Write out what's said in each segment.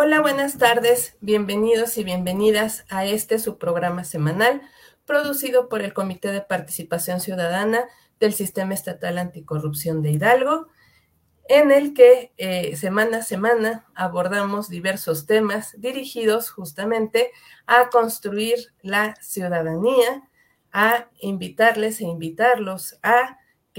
Hola, buenas tardes, bienvenidos y bienvenidas a su programa semanal producido por el Comité de Participación Ciudadana del Sistema Estatal Anticorrupción de Hidalgo, en el que semana a semana abordamos diversos temas dirigidos justamente a construir la ciudadanía, a invitarles e invitarlos a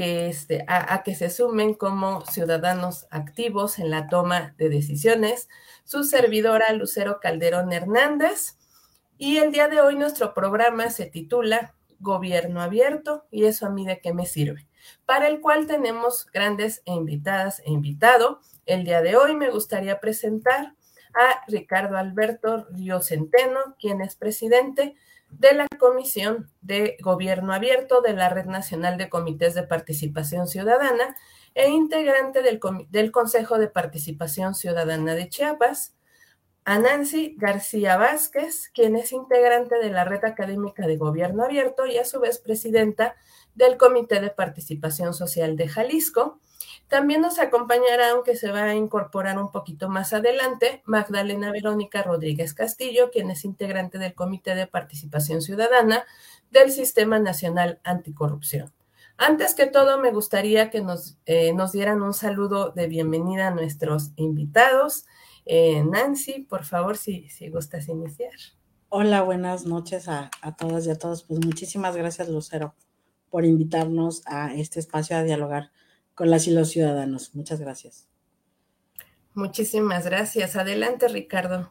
que se sumen como ciudadanos activos en la toma de decisiones. Su servidora Lucero Calderón Hernández, y el día de hoy nuestro programa se titula Gobierno Abierto, y eso a mí de qué me sirve, para el cual tenemos grandes invitadas e invitado. El día de hoy me gustaría presentar a Ricardo Alberto Ríos Centeno, quien es presidente de la Comisión de Gobierno Abierto de la Red Nacional de Comités de Participación Ciudadana e integrante del Consejo de Participación Ciudadana de Chiapas; a Nancy García Vázquez, quien es integrante de la Red Académica de Gobierno Abierto y a su vez presidenta del Comité de Participación Social de Jalisco. También nos acompañará, aunque se va a incorporar un poquito más adelante, Magdalena Verónica Rodríguez Castillo, quien es integrante del Comité de Participación Ciudadana del Sistema Nacional Anticorrupción. Antes que todo, me gustaría que nos dieran un saludo de bienvenida a nuestros invitados. Nancy, por favor, si gustas iniciar. Hola, buenas noches a todas y a todos. Pues muchísimas gracias, Lucero, por invitarnos a este espacio a dialogar con las y los ciudadanos. Muchas gracias. Muchísimas gracias. Adelante, Ricardo.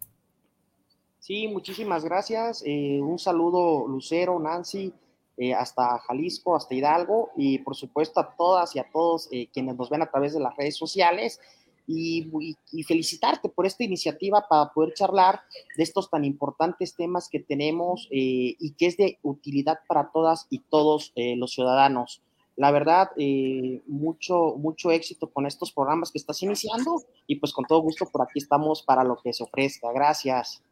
Sí, muchísimas gracias. Un saludo, Lucero, Nancy, hasta Jalisco, hasta Hidalgo, y por supuesto a todas y a todos quienes nos ven a través de las redes sociales, y felicitarte por esta iniciativa para poder charlar de estos tan importantes temas que tenemos y que es de utilidad para todas y todos los ciudadanos. La verdad, mucho éxito con estos programas que estás iniciando, y pues con todo gusto por aquí estamos para lo que se ofrezca. Gracias.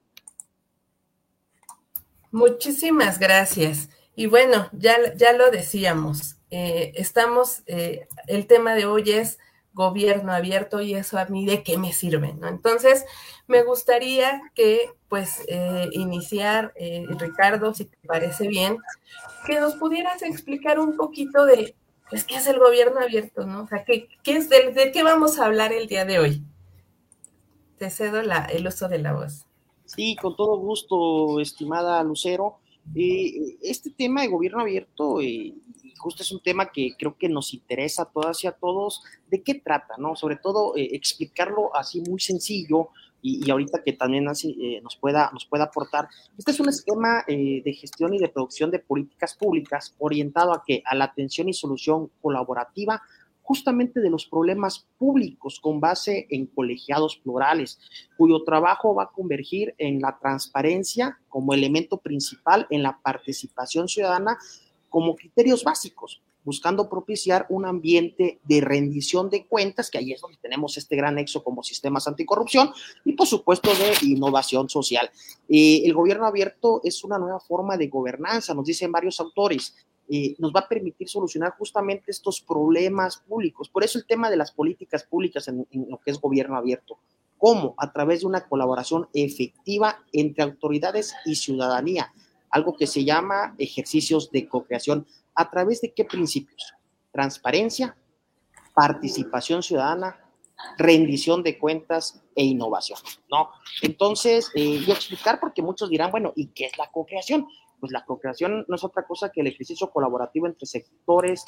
Muchísimas gracias. Y bueno, ya lo decíamos, el tema de hoy es gobierno abierto, y eso a mí de qué me sirve, ¿no? Entonces, me gustaría que, pues, iniciar, Ricardo, si te parece bien, que nos pudieras explicar un poquito de, pues, qué es el gobierno abierto, ¿no? O sea, de qué vamos a hablar el día de hoy. Te cedo el uso de la voz. Sí, con todo gusto, estimada Lucero. Este tema de gobierno abierto, justo es un tema que creo que nos interesa a todas y a todos. ¿De qué trata, no? Sobre todo, explicarlo así muy sencillo, y ahorita que también Nancy nos pueda aportar. Este es un esquema de gestión y de producción de políticas públicas orientado a que a la atención y solución colaborativa justamente de los problemas públicos con base en colegiados plurales, cuyo trabajo va a convergir en la transparencia como elemento principal, en la participación ciudadana como criterios básicos, buscando propiciar un ambiente de rendición de cuentas, que ahí es donde tenemos este gran nexo como sistemas anticorrupción, y por supuesto de innovación social. El gobierno abierto es una nueva forma de gobernanza, nos dicen varios autores. Nos va a permitir solucionar justamente estos problemas públicos. Por eso el tema de las políticas públicas en lo que es gobierno abierto. ¿Cómo? A través de una colaboración efectiva entre autoridades y ciudadanía, algo que se llama ejercicios de co-creación. ¿A través de qué principios? Transparencia, participación ciudadana, rendición de cuentas e innovación, ¿no? Entonces, y explicar, porque muchos dirán, bueno, ¿y qué es la co-creación? Pues la co-creación no es otra cosa que el ejercicio colaborativo entre sectores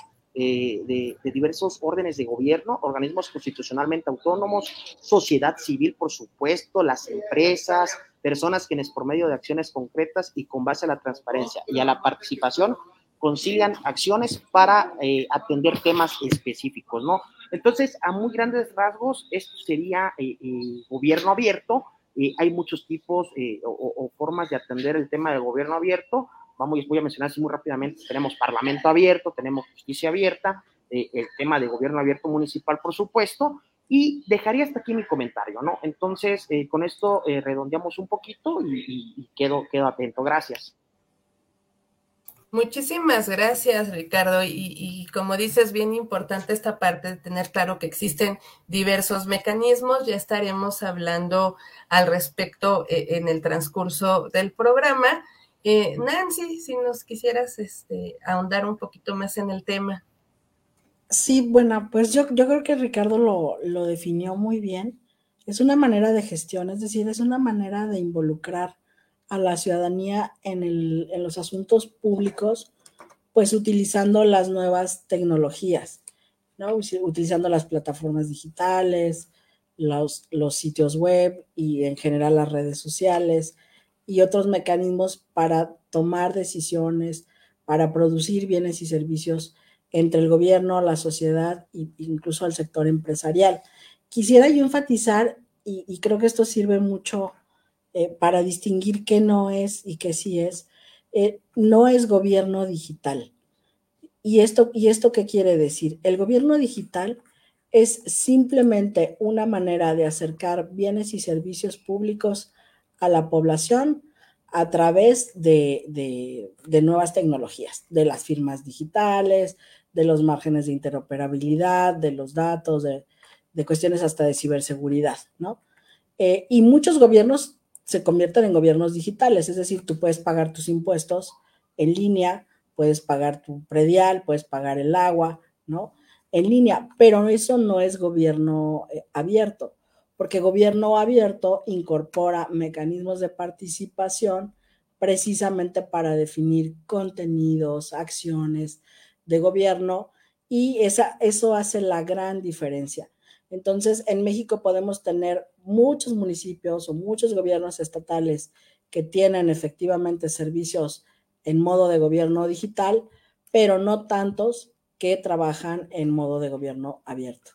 de diversos órdenes de gobierno, organismos constitucionalmente autónomos, sociedad civil, por supuesto, las empresas, personas quienes por medio de acciones concretas y con base a la transparencia y a la participación concilian acciones para atender temas específicos, ¿no? Entonces, a muy grandes rasgos, esto sería gobierno abierto. Hay muchos tipos o formas de atender el tema del gobierno abierto. Voy a mencionar así muy rápidamente. Tenemos parlamento abierto, tenemos justicia abierta, el tema de gobierno abierto municipal, por supuesto, y dejaría hasta aquí mi comentario, ¿no? Entonces, con esto redondeamos un poquito y quedo atento. Gracias. Muchísimas gracias, Ricardo. Y como dices, bien importante esta parte de tener claro que existen diversos mecanismos. Ya estaremos hablando al respecto en el transcurso del programa. Nancy, si nos quisieras ahondar un poquito más en el tema. Sí, bueno, pues yo creo que Ricardo lo definió muy bien. Es una manera de gestión, es decir, es una manera de involucrar a la ciudadanía en los asuntos públicos, pues utilizando las nuevas tecnologías, ¿no? Utilizando las plataformas digitales, los sitios web y en general las redes sociales y otros mecanismos para tomar decisiones, para producir bienes y servicios entre el gobierno, la sociedad e incluso al sector empresarial. Quisiera yo enfatizar, y creo que esto sirve mucho para distinguir qué no es y qué sí es, no es gobierno digital. ¿Y esto qué quiere decir? El gobierno digital es simplemente una manera de acercar bienes y servicios públicos a la población a través de nuevas tecnologías, de las firmas digitales, de los márgenes de interoperabilidad, de los datos, de cuestiones hasta de ciberseguridad, ¿no? Y muchos gobiernos se convierten en gobiernos digitales, es decir, tú puedes pagar tus impuestos en línea, puedes pagar tu predial, puedes pagar el agua, ¿no? En línea, pero eso no es gobierno abierto, porque gobierno abierto incorpora mecanismos de participación precisamente para definir contenidos, acciones de gobierno y eso hace la gran diferencia. Entonces, en México podemos tener muchos municipios o muchos gobiernos estatales que tienen efectivamente servicios en modo de gobierno digital, pero no tantos que trabajan en modo de gobierno abierto.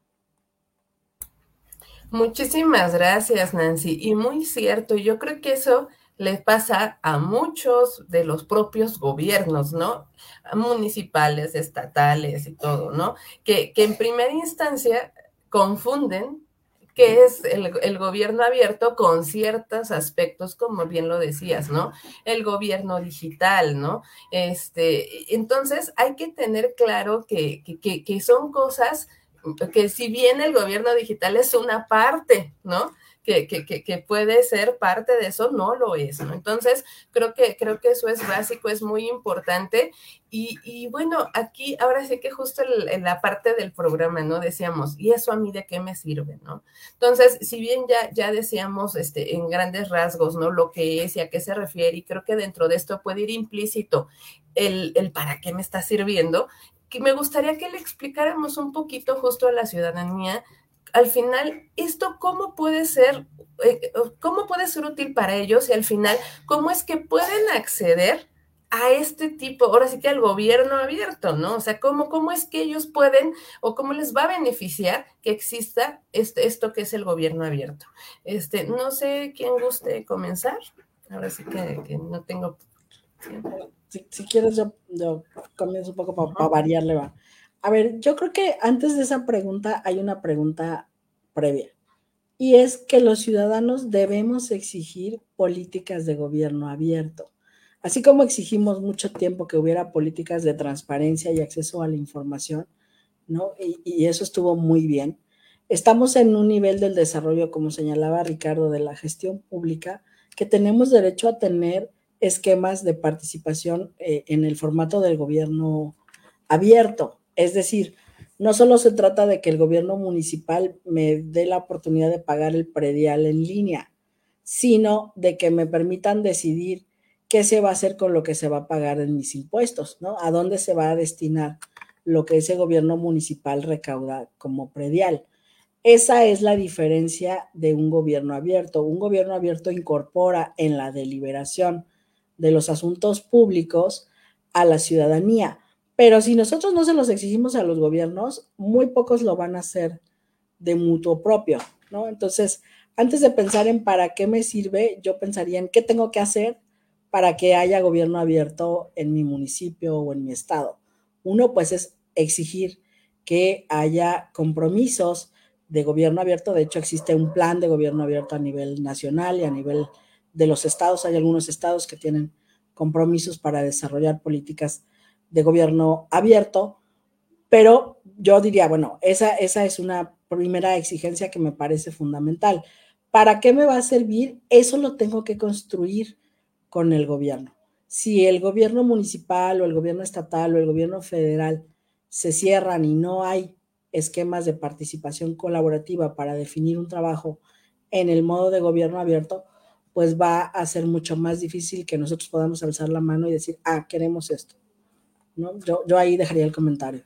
Muchísimas gracias, Nancy. Y muy cierto, yo creo que eso le pasa a muchos de los propios gobiernos, ¿no? Municipales, estatales y todo, ¿no? Que en primera instancia confunden qué es el gobierno abierto con ciertos aspectos, como bien lo decías, ¿no? El gobierno digital, ¿no? Entonces hay que tener claro que son cosas que si bien el gobierno digital es una parte, ¿no? Que puede ser parte de eso, no lo es, ¿no? Entonces, creo que eso es básico, es muy importante. Y bueno, aquí ahora sí que justo en la parte del programa, ¿no? Decíamos, ¿y eso a mí de qué me sirve, no? Entonces, si bien ya decíamos en grandes rasgos, ¿no? Lo que es y a qué se refiere, y creo que dentro de esto puede ir implícito el para qué me está sirviendo, que me gustaría que le explicáramos un poquito justo a la ciudadanía, al final, esto cómo puede ser útil para ellos y al final, cómo es que pueden acceder a este tipo, ahora sí que al gobierno abierto, ¿no? O sea, cómo es que ellos pueden o cómo les va a beneficiar que exista esto que es el gobierno abierto. No sé quién guste comenzar. Ahora sí que no tengo. Si quieres, yo comienzo un poco para variarle, va. A ver, yo creo que antes de esa pregunta hay una pregunta previa. Y es que los ciudadanos debemos exigir políticas de gobierno abierto. Así como exigimos mucho tiempo que hubiera políticas de transparencia y acceso a la información, ¿no? Y eso estuvo muy bien. Estamos en un nivel del desarrollo, como señalaba Ricardo, de la gestión pública, que tenemos derecho a tener esquemas de participación en el formato del gobierno abierto. Es decir, no solo se trata de que el gobierno municipal me dé la oportunidad de pagar el predial en línea, sino de que me permitan decidir qué se va a hacer con lo que se va a pagar en mis impuestos, ¿no? A dónde se va a destinar lo que ese gobierno municipal recauda como predial. Esa es la diferencia de un gobierno abierto. Un gobierno abierto incorpora en la deliberación de los asuntos públicos a la ciudadanía. Pero si nosotros no se los exigimos a los gobiernos, muy pocos lo van a hacer de mutuo propio, ¿no? Entonces, antes de pensar en para qué me sirve, yo pensaría en qué tengo que hacer para que haya gobierno abierto en mi municipio o en mi estado. Uno, pues, es exigir que haya compromisos de gobierno abierto. De hecho, existe un plan de gobierno abierto a nivel nacional y a nivel de los estados. Hay algunos estados que tienen compromisos para desarrollar políticas de gobierno abierto, pero yo diría, bueno, esa es una primera exigencia que me parece fundamental. ¿Para qué me va a servir? Eso lo tengo que construir con el gobierno. Si el gobierno municipal o el gobierno estatal o el gobierno federal se cierran y no hay esquemas de participación colaborativa para definir un trabajo en el modo de gobierno abierto, pues va a ser mucho más difícil que nosotros podamos alzar la mano y decir, queremos esto, ¿no? Yo ahí dejaría el comentario.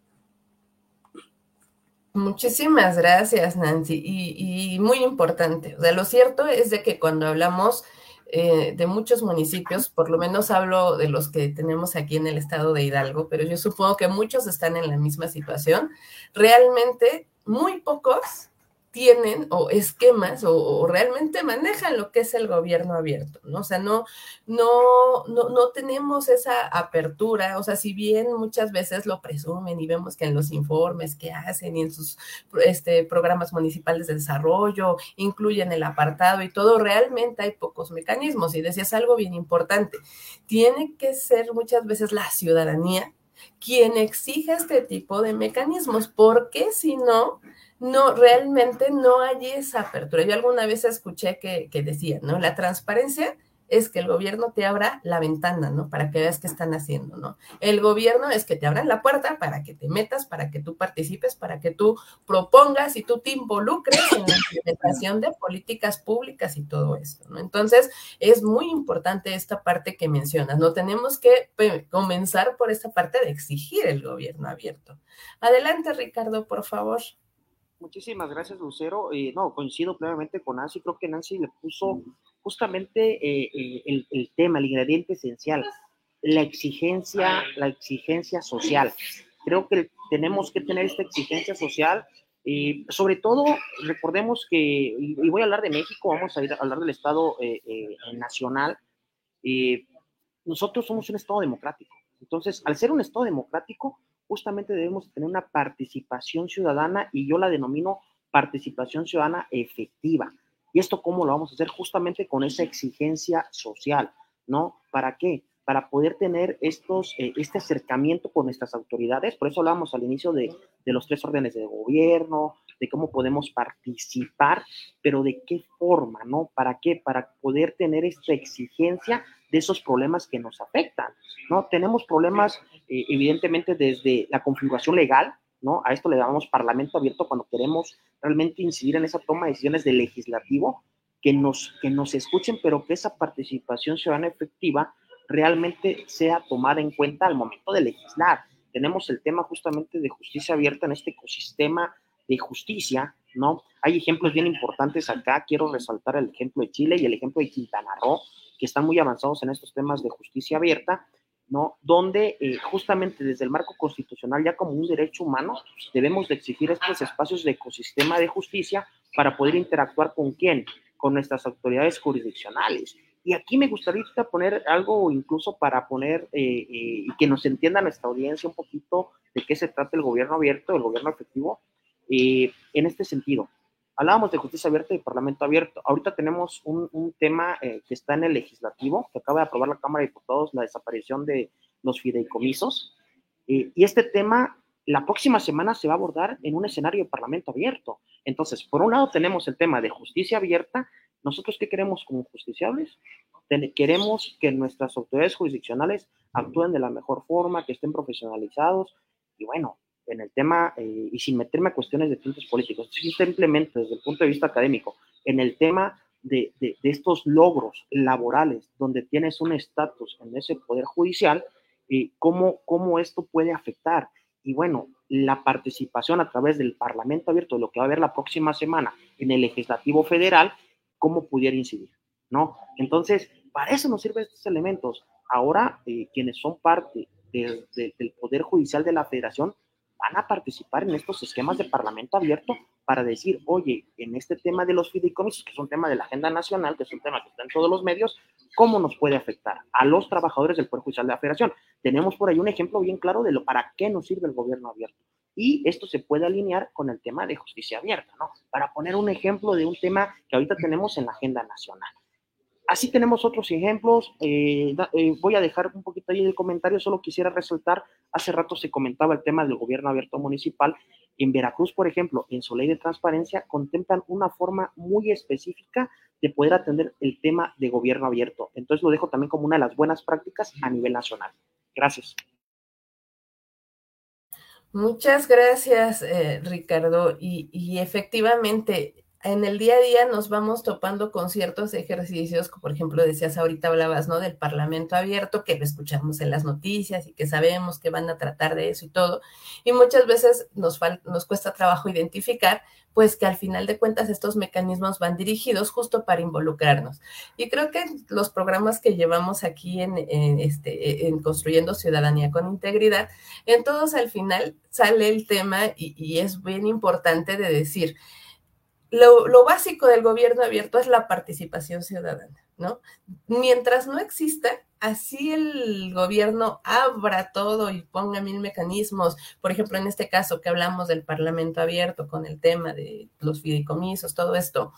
Muchísimas gracias, Nancy, y muy importante. O sea, lo cierto es de que cuando hablamos de muchos municipios, por lo menos hablo de los que tenemos aquí en el estado de Hidalgo, pero yo supongo que muchos están en la misma situación, realmente muy pocos tienen o esquemas o realmente manejan lo que es el gobierno abierto, ¿no? O sea, no tenemos esa apertura, o sea, si bien muchas veces lo presumen y vemos que en los informes que hacen y en sus programas municipales de desarrollo incluyen el apartado y todo, realmente hay pocos mecanismos. Y decías algo bien importante, tiene que ser muchas veces la ciudadanía quien exija este tipo de mecanismos, porque si no, realmente no hay esa apertura. Yo alguna vez escuché que decían, ¿no? La transparencia es que el gobierno te abra la ventana, ¿no? Para que veas qué están haciendo, ¿no? El gobierno es que te abran la puerta para que te metas, para que tú participes, para que tú propongas y tú te involucres en la implementación de políticas públicas y todo esto, ¿no? Entonces, es muy importante esta parte que mencionas, ¿no? Tenemos que comenzar por esta parte de exigir el gobierno abierto. Adelante, Ricardo, por favor. Muchísimas gracias, Lucero. No, coincido plenamente con Nancy. Creo que Nancy le puso justamente el tema, el ingrediente esencial, la exigencia social. Creo que tenemos que tener esta exigencia social. Sobre todo, recordemos que, y voy a hablar de México, vamos a hablar del Estado nacional. Nosotros somos un Estado democrático. Entonces, al ser un Estado democrático, justamente debemos tener una participación ciudadana y yo la denomino participación ciudadana efectiva. ¿Y esto cómo lo vamos a hacer? Justamente con esa exigencia social, ¿no? ¿Para qué? Para poder tener este acercamiento con nuestras autoridades. Por eso hablábamos al inicio de los 3 órdenes de gobierno, de cómo podemos participar, pero de qué forma, ¿no? ¿Para qué? Para poder tener esta exigencia de esos problemas que nos afectan, ¿no? Tenemos problemas, evidentemente, desde la configuración legal, ¿no? A esto le llamamos parlamento abierto cuando queremos realmente incidir en esa toma de decisiones del legislativo, que nos escuchen, pero que esa participación ciudadana efectiva realmente sea tomada en cuenta al momento de legislar. Tenemos el tema justamente de justicia abierta en este ecosistema de justicia, ¿no? Hay ejemplos bien importantes acá, quiero resaltar el ejemplo de Chile y el ejemplo de Quintana Roo, que están muy avanzados en estos temas de justicia abierta, ¿no? Donde justamente desde el marco constitucional, ya como un derecho humano, debemos de exigir estos espacios de ecosistema de justicia para poder interactuar con quién, con nuestras autoridades jurisdiccionales. Y aquí me gustaría poner algo incluso para poner y que nos entienda nuestra audiencia un poquito de qué se trata el gobierno abierto, el gobierno efectivo, en este sentido. Hablábamos de justicia abierta y parlamento abierto. Ahorita tenemos un tema que está en el legislativo, que acaba de aprobar la Cámara de Diputados, la desaparición de los fideicomisos. Y este tema, la próxima semana se va a abordar en un escenario de parlamento abierto. Entonces, por un lado tenemos el tema de justicia abierta. ¿Nosotros qué queremos como justiciables? Queremos que nuestras autoridades jurisdiccionales actúen de la mejor forma, que estén profesionalizados. Y bueno, en el tema, y sin meterme a cuestiones de tintes políticos, simplemente desde el punto de vista académico, en el tema de estos logros laborales, donde tienes un estatus en ese poder judicial, cómo esto puede afectar. Y bueno, la participación a través del Parlamento abierto, de lo que va a haber la próxima semana en el Legislativo Federal, cómo pudiera incidir, ¿no? Entonces, para eso nos sirven estos elementos. Ahora, quienes son parte del Poder Judicial de la Federación van a participar en estos esquemas de parlamento abierto para decir, oye, en este tema de los fideicomisos, que es un tema de la agenda nacional, que es un tema que está en todos los medios, ¿cómo nos puede afectar a los trabajadores del Poder Judicial de la Federación? Tenemos por ahí un ejemplo bien claro de para qué nos sirve el gobierno abierto. Y esto se puede alinear con el tema de justicia abierta, ¿no? Para poner un ejemplo de un tema que ahorita tenemos en la agenda nacional. Así tenemos otros ejemplos. Voy a dejar un poquito ahí el comentario. Solo quisiera resaltar, hace rato se comentaba el tema del gobierno abierto municipal. En Veracruz, por ejemplo, en su ley de transparencia, contemplan una forma muy específica de poder atender el tema de gobierno abierto. Entonces lo dejo también como una de las buenas prácticas a nivel nacional. Gracias. Muchas gracias, Ricardo. Y efectivamente, en el día a día nos vamos topando con ciertos ejercicios, como por ejemplo decías ahorita, hablabas, ¿no? Del Parlamento abierto, que lo escuchamos en las noticias y que sabemos que van a tratar de eso y todo. Y muchas veces nos cuesta trabajo identificar, pues que al final de cuentas estos mecanismos van dirigidos justo para involucrarnos. Y creo que los programas que llevamos aquí en Construyendo Ciudadanía con Integridad, en todos al final sale el tema y es bien importante de decir, lo básico del gobierno abierto es la participación ciudadana, ¿no? Mientras no exista, así el gobierno abra todo y ponga mil mecanismos, por ejemplo, en este caso que hablamos del Parlamento abierto con el tema de los fideicomisos, todo esto,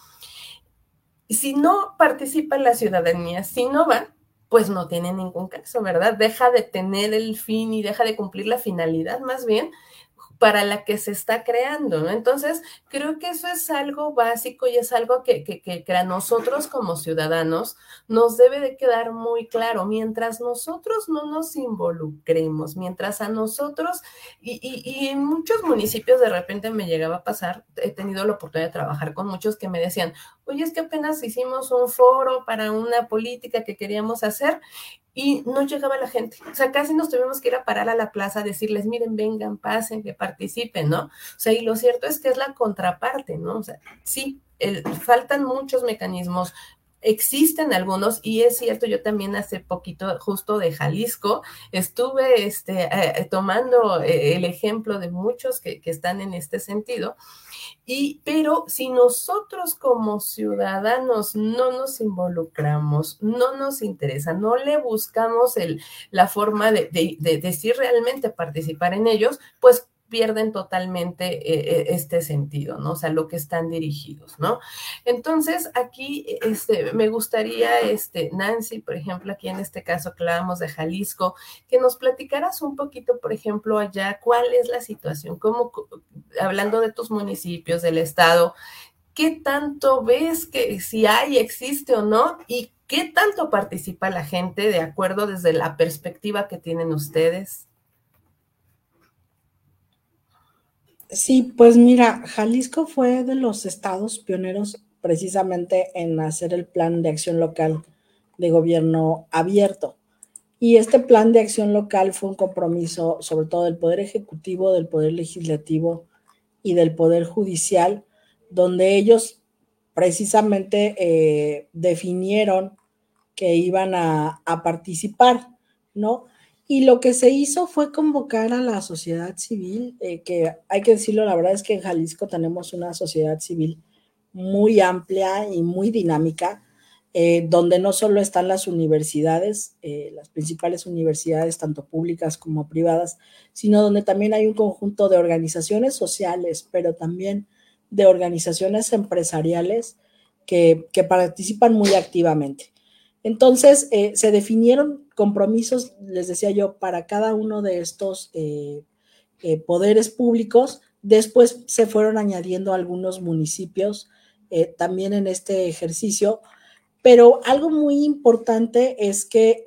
si no participa la ciudadanía, si no van, pues no tiene ningún caso, ¿verdad? Deja de tener el fin y deja de cumplir la finalidad más bien para la que se está creando, ¿no? Entonces, creo que eso es algo básico y es algo que a nosotros como ciudadanos nos debe de quedar muy claro. Mientras nosotros no nos involucremos, mientras a nosotros, y en muchos municipios de repente me llegaba a pasar, he tenido la oportunidad de trabajar con muchos que me decían, oye, es que apenas hicimos un foro para una política que queríamos hacer y no llegaba la gente. O sea, casi nos tuvimos que ir a parar a la plaza a decirles, miren, vengan, pasen, que participen, ¿no? O sea, y lo cierto es que es la contraparte, ¿no? O sea, sí, faltan muchos mecanismos, existen algunos, y es cierto, yo también hace poquito, justo de Jalisco, estuve tomando el ejemplo de muchos que están en este sentido, pero si nosotros como ciudadanos no nos involucramos, no nos interesa, no le buscamos la forma de si realmente participar en ellos, pues pierden totalmente este sentido, ¿no? O sea, lo que están dirigidos, ¿no? Entonces, aquí me gustaría, Nancy, por ejemplo, aquí en este caso que hablábamos de Jalisco, que nos platicaras un poquito, por ejemplo, allá, cuál es la situación, cómo, hablando de tus municipios, del estado, ¿qué tanto ves que si hay, existe o no? ¿Y qué tanto participa la gente de acuerdo desde la perspectiva que tienen ustedes? Sí, pues mira, Jalisco fue de los estados pioneros precisamente en hacer el plan de acción local de gobierno abierto. Y este plan de acción local fue un compromiso sobre todo del Poder Ejecutivo, del Poder Legislativo y del Poder Judicial, donde ellos precisamente definieron que iban a participar, ¿no? Y lo que se hizo fue convocar a la sociedad civil, que hay que decirlo, la verdad es que en Jalisco tenemos una sociedad civil muy amplia y muy dinámica, donde no solo están las universidades, las principales universidades, tanto públicas como privadas, sino donde también hay un conjunto de organizaciones sociales, pero también de organizaciones empresariales que participan muy activamente. Entonces, se definieron compromisos, les decía yo, para cada uno de estos poderes públicos. Después se fueron añadiendo algunos municipios también en este ejercicio, pero algo muy importante es que,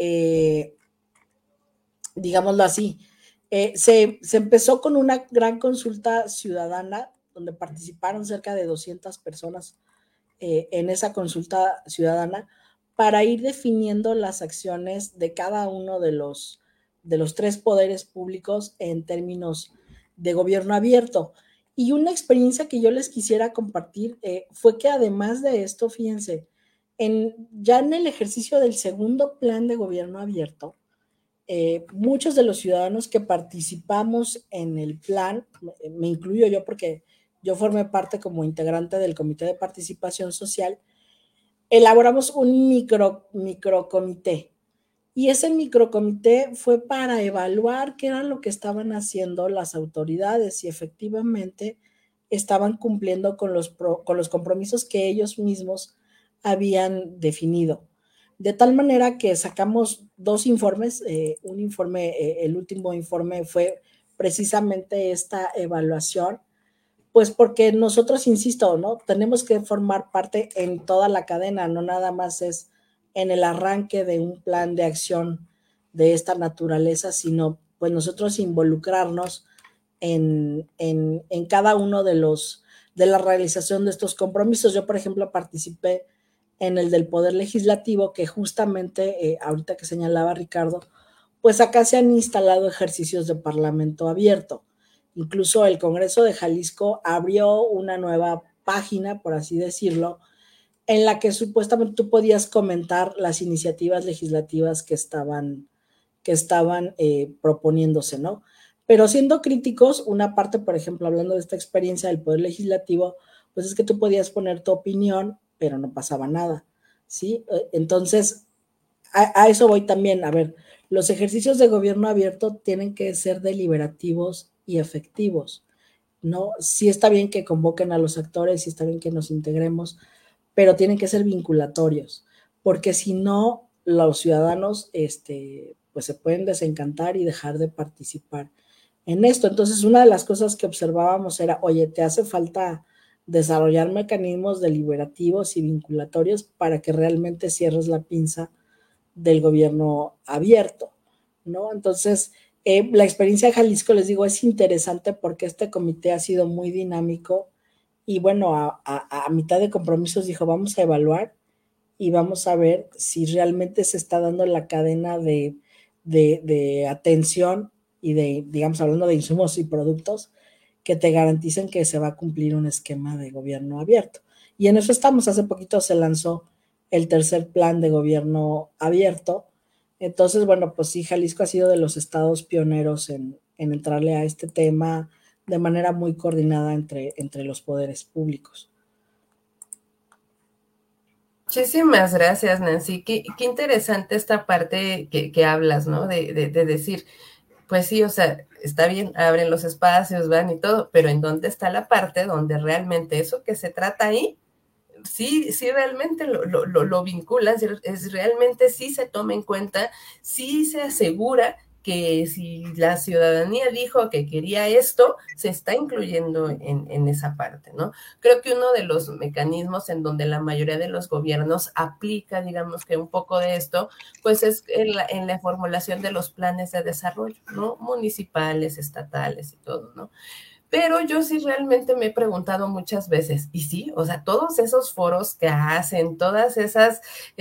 digámoslo así, se empezó con una gran consulta ciudadana donde participaron cerca de 200 personas en esa consulta ciudadana para ir definiendo las acciones de cada uno de los tres poderes públicos en términos de gobierno abierto. Y una experiencia que yo les quisiera compartir fue que además de esto, fíjense, ya en el ejercicio del segundo plan de gobierno abierto, muchos de los ciudadanos que participamos en el plan, me incluyo yo porque yo formé parte como integrante del Comité de Participación Social, elaboramos un microcomité. Y ese microcomité fue para evaluar qué era lo que estaban haciendo las autoridades y efectivamente estaban cumpliendo con los compromisos que ellos mismos habían definido. de tal manera que sacamos 2 informes, un informe, el último informe fue precisamente esta evaluación, pues porque nosotros, insisto, ¿no? Tenemos que formar parte en toda la cadena, no nada más es en el arranque de un plan de acción de esta naturaleza, sino pues nosotros involucrarnos en cada uno de la realización de estos compromisos. Yo, por ejemplo, participé en el del Poder Legislativo, que justamente, ahorita que señalaba Ricardo, pues acá se han instalado ejercicios de parlamento abierto. Incluso el Congreso de Jalisco abrió una nueva página, por así decirlo, en la que supuestamente tú podías comentar las iniciativas legislativas que estaban proponiéndose, ¿no? Pero siendo críticos, una parte, por ejemplo, hablando de esta experiencia del Poder Legislativo, pues es que tú podías poner tu opinión, pero no pasaba nada, ¿sí? Entonces, a eso voy también. A ver, los ejercicios de gobierno abierto tienen que ser deliberativos y efectivos, ¿no? Sí está bien que convoquen a los actores, sí está bien que nos integremos, pero tienen que ser vinculatorios, porque si no, los ciudadanos, pues se pueden desencantar y dejar de participar en esto. Entonces, una de las cosas que observábamos era, oye, te hace falta desarrollar mecanismos deliberativos y vinculatorios para que realmente cierres la pinza del gobierno abierto, ¿no? Entonces, la experiencia de Jalisco, les digo, es interesante porque este comité ha sido muy dinámico y bueno, a mitad de compromisos dijo, vamos a evaluar y vamos a ver si realmente se está dando la cadena de atención y de, digamos, hablando de insumos y productos, que te garanticen que se va a cumplir un esquema de gobierno abierto. Y en eso estamos. Hace poquito se lanzó el tercer plan de gobierno abierto. Entonces, bueno, pues sí, Jalisco ha sido de los estados pioneros en entrarle a este tema de manera muy coordinada entre los poderes públicos. Muchísimas gracias, Nancy. Qué interesante esta parte que hablas, ¿no? De decir, pues sí, o sea, está bien, abren los espacios, van y todo, pero ¿en dónde está la parte donde realmente eso que se trata ahí, sí realmente lo vinculan, realmente sí se toma en cuenta, sí se asegura que si la ciudadanía dijo que quería esto, se está incluyendo en esa parte, ¿no? Creo que uno de los mecanismos en donde la mayoría de los gobiernos aplica, digamos que un poco de esto, pues es en la formulación de los planes de desarrollo, ¿no? Municipales, estatales y todo, ¿no? Pero yo sí realmente me he preguntado muchas veces, y sí, o sea, todos esos foros que hacen, todas esas,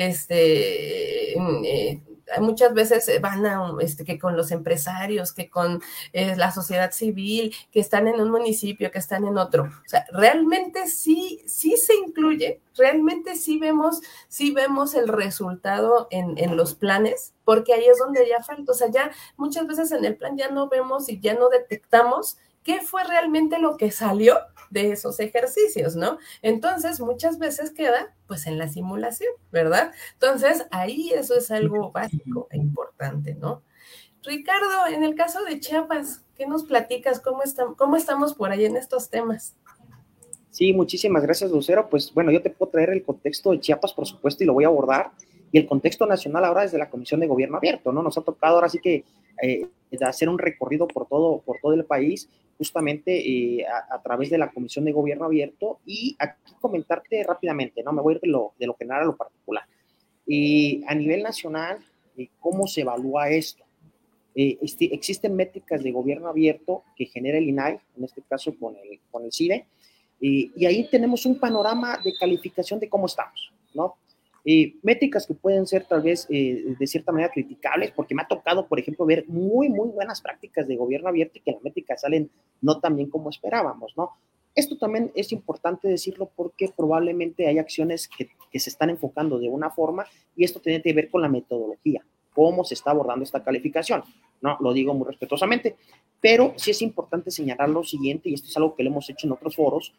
muchas veces van a, que con los empresarios, que con la sociedad civil, que están en un municipio, que están en otro. O sea, realmente sí se incluye, realmente sí vemos el resultado en los planes, porque ahí es donde ya falta. O sea, ya muchas veces en el plan ya no vemos y ya no detectamos qué fue realmente lo que salió de esos ejercicios, ¿no? Entonces, muchas veces queda pues en la simulación, ¿verdad? Entonces, ahí eso es algo básico e importante, ¿no? Ricardo, en el caso de Chiapas, ¿qué nos platicas? ¿Cómo estamos por ahí en estos temas? Sí, muchísimas gracias, Lucero. Pues bueno, yo te puedo traer el contexto de Chiapas, por supuesto, y lo voy a abordar. Y el contexto nacional ahora desde la Comisión de Gobierno Abierto, ¿no? Nos ha tocado ahora sí que hacer un recorrido por todo el país, justamente a través de la Comisión de Gobierno Abierto. Y aquí comentarte rápidamente, ¿no? Me voy a ir de lo general a lo particular. A nivel nacional, ¿cómo se evalúa esto? Existen métricas de gobierno abierto que genera el INAI, en este caso con el CIDE, y ahí tenemos un panorama de calificación de cómo estamos, ¿no? Métricas que pueden ser tal vez de cierta manera criticables, porque me ha tocado, por ejemplo, ver muy buenas prácticas de gobierno abierto y que las métricas salen no tan bien como esperábamos, ¿no? Esto también es importante decirlo porque probablemente hay acciones que se están enfocando de una forma y esto tiene que ver con la metodología, cómo se está abordando esta calificación, ¿no? Lo digo muy respetuosamente, pero sí es importante señalar lo siguiente, y esto es algo que lo hemos hecho en otros foros,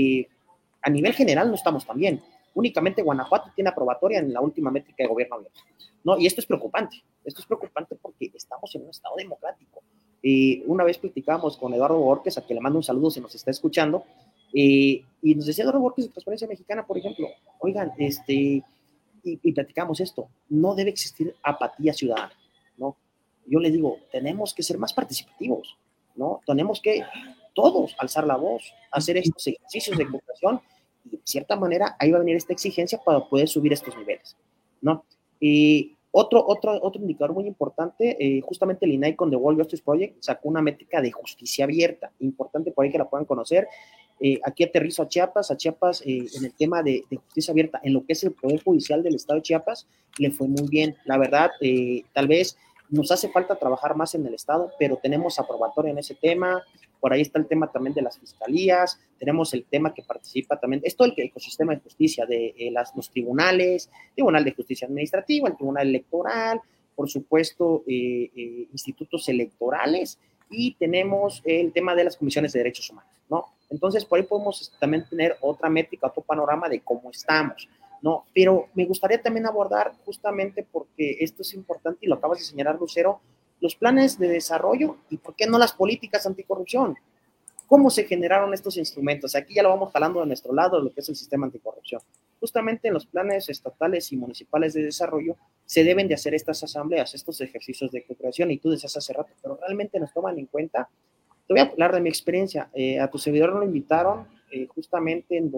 a nivel general no estamos tan bien. Únicamente Guanajuato tiene aprobatoria en la última métrica de gobierno abierto, ¿no? Y esto es preocupante porque estamos en un estado democrático. Una vez platicábamos con Eduardo Borges, a quien le mando un saludo si nos está escuchando, y nos decía Eduardo Borges de Transparencia Mexicana, por ejemplo, oigan, y platicamos esto, no debe existir apatía ciudadana, ¿no? Yo le digo, tenemos que ser más participativos, ¿no? Tenemos que todos alzar la voz, hacer estos ejercicios de cooperación y de cierta manera ahí va a venir esta exigencia para poder subir estos niveles, ¿no? Y otro indicador muy importante, justamente el INAI con The World Justice Project sacó una métrica de justicia abierta, importante por ahí que la puedan conocer. Aquí aterrizo a Chiapas en el tema de justicia abierta, en lo que es el Poder Judicial del Estado de Chiapas, le fue muy bien. La verdad, tal vez nos hace falta trabajar más en el Estado, pero tenemos aprobatoria en ese tema. Por ahí está el tema también de las fiscalías, tenemos el tema que participa también, es todo el ecosistema de justicia, de los tribunales, Tribunal de Justicia Administrativa, el Tribunal Electoral, por supuesto, institutos electorales, y tenemos el tema de las comisiones de derechos humanos, ¿no? Entonces, por ahí podemos también tener otra métrica, otro panorama de cómo estamos, ¿no? Pero me gustaría también abordar, justamente porque esto es importante y lo acabas de señalar, Lucero, los planes de desarrollo y por qué no las políticas anticorrupción. ¿Cómo se generaron estos instrumentos? Aquí ya lo vamos jalando de nuestro lado, lo que es el sistema anticorrupción. Justamente en los planes estatales y municipales de desarrollo se deben de hacer estas asambleas, estos ejercicios de cooperación, y tú decías hace rato, pero realmente nos toman en cuenta. Te voy a hablar de mi experiencia. A tu servidor lo invitaron justamente en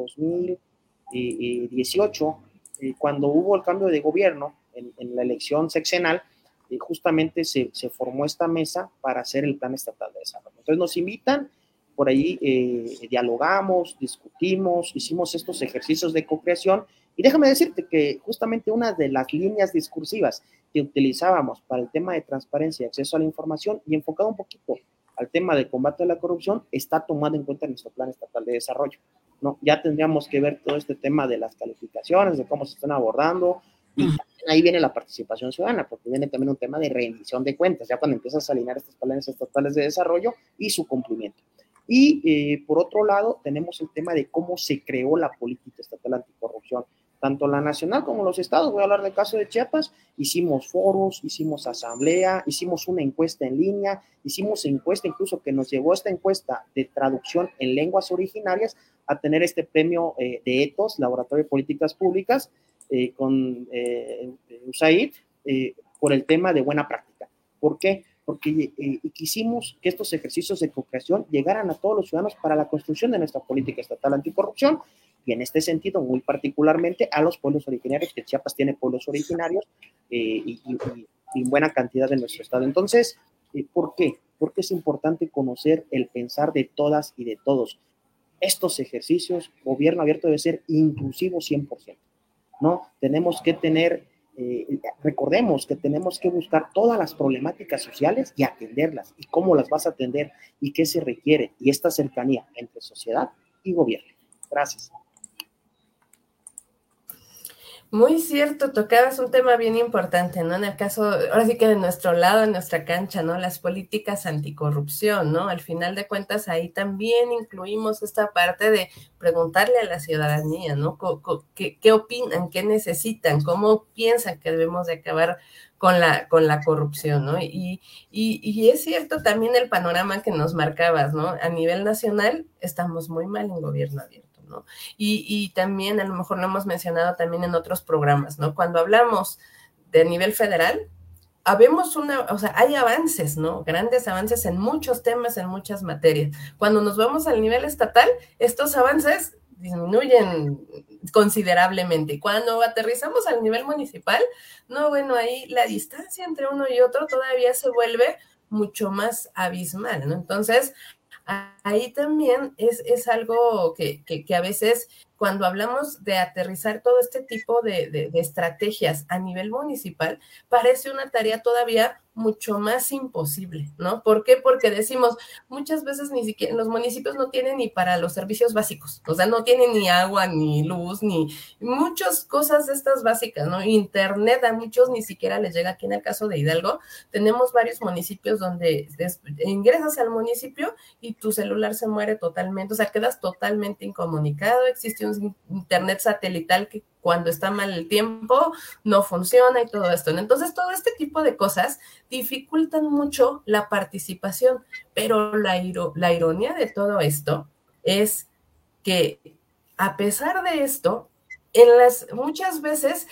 2018, cuando hubo el cambio de gobierno en la elección sexenal, justamente se formó esta mesa para hacer el plan estatal de desarrollo. Entonces nos invitan, por ahí dialogamos, discutimos, hicimos estos ejercicios de co-creación, y déjame decirte que justamente una de las líneas discursivas que utilizábamos para el tema de transparencia y acceso a la información, y enfocado un poquito al tema de combate a la corrupción, está tomado en cuenta en nuestro plan estatal de desarrollo, ¿no? Ya tendríamos que ver todo este tema de las calificaciones, de cómo se están abordando, y ahí viene la participación ciudadana, porque viene también un tema de rendición de cuentas, ya cuando empiezas a alinear estos planes estatales de desarrollo y su cumplimiento. Y por otro lado, tenemos el tema de cómo se creó la política estatal anticorrupción, tanto la nacional como los estados. Voy a hablar del caso de Chiapas. Hicimos foros, hicimos asamblea, hicimos una encuesta en línea, hicimos encuesta incluso que nos llevó esta encuesta de traducción en lenguas originarias a tener este premio de ETOS, Laboratorio de Políticas Públicas, con USAID, por el tema de buena práctica. ¿Por qué? Porque quisimos que estos ejercicios de co-creación llegaran a todos los ciudadanos para la construcción de nuestra política estatal anticorrupción, y en este sentido, muy particularmente a los pueblos originarios, que Chiapas tiene pueblos originarios y buena cantidad en nuestro estado. Entonces, ¿por qué? Porque es importante conocer el pensar de todas y de todos. Estos ejercicios, gobierno abierto debe ser inclusivo 100%, ¿no? Tenemos que tener, recordemos que tenemos que buscar todas las problemáticas sociales y atenderlas, y cómo las vas a atender y qué se requiere, y esta cercanía entre sociedad y gobierno. Gracias. Muy cierto, tocabas un tema bien importante, ¿no? En el caso, ahora sí que de nuestro lado, en nuestra cancha, ¿no? Las políticas anticorrupción, ¿no? Al final de cuentas, ahí también incluimos esta parte de preguntarle a la ciudadanía, ¿no? ¿Qué opinan? ¿Qué necesitan? ¿Cómo piensan que debemos de acabar con la corrupción, ¿no? Y es cierto también el panorama que nos marcabas, ¿no? A nivel nacional, estamos muy mal en gobierno abierto, ¿no? Y también, a lo mejor lo hemos mencionado también en otros programas, ¿no? Cuando hablamos de nivel federal, hay avances, ¿no? Grandes avances en muchos temas, en muchas materias. Cuando nos vamos al nivel estatal, estos avances disminuyen considerablemente. Y cuando aterrizamos al nivel municipal, no, bueno, ahí la distancia entre uno y otro todavía se vuelve mucho más abismal, ¿no? Entonces, ahí también es algo que a veces cuando hablamos de aterrizar todo este tipo de estrategias a nivel municipal, parece una tarea todavía mucho más imposible, ¿no? ¿Por qué? Porque decimos, muchas veces ni siquiera los municipios no tienen ni para los servicios básicos, o sea, no tienen ni agua, ni luz, ni muchas cosas de estas básicas, ¿no? Internet a muchos ni siquiera les llega. Aquí en el caso de Hidalgo, tenemos varios municipios donde ingresas al municipio y tu celular se muere totalmente, o sea, quedas totalmente incomunicado. Existe un internet satelital que cuando está mal el tiempo no funciona y todo esto, ¿no? Entonces, todo este tipo de cosas dificultan mucho la participación, pero la ironía de todo esto es que a pesar de esto, muchas veces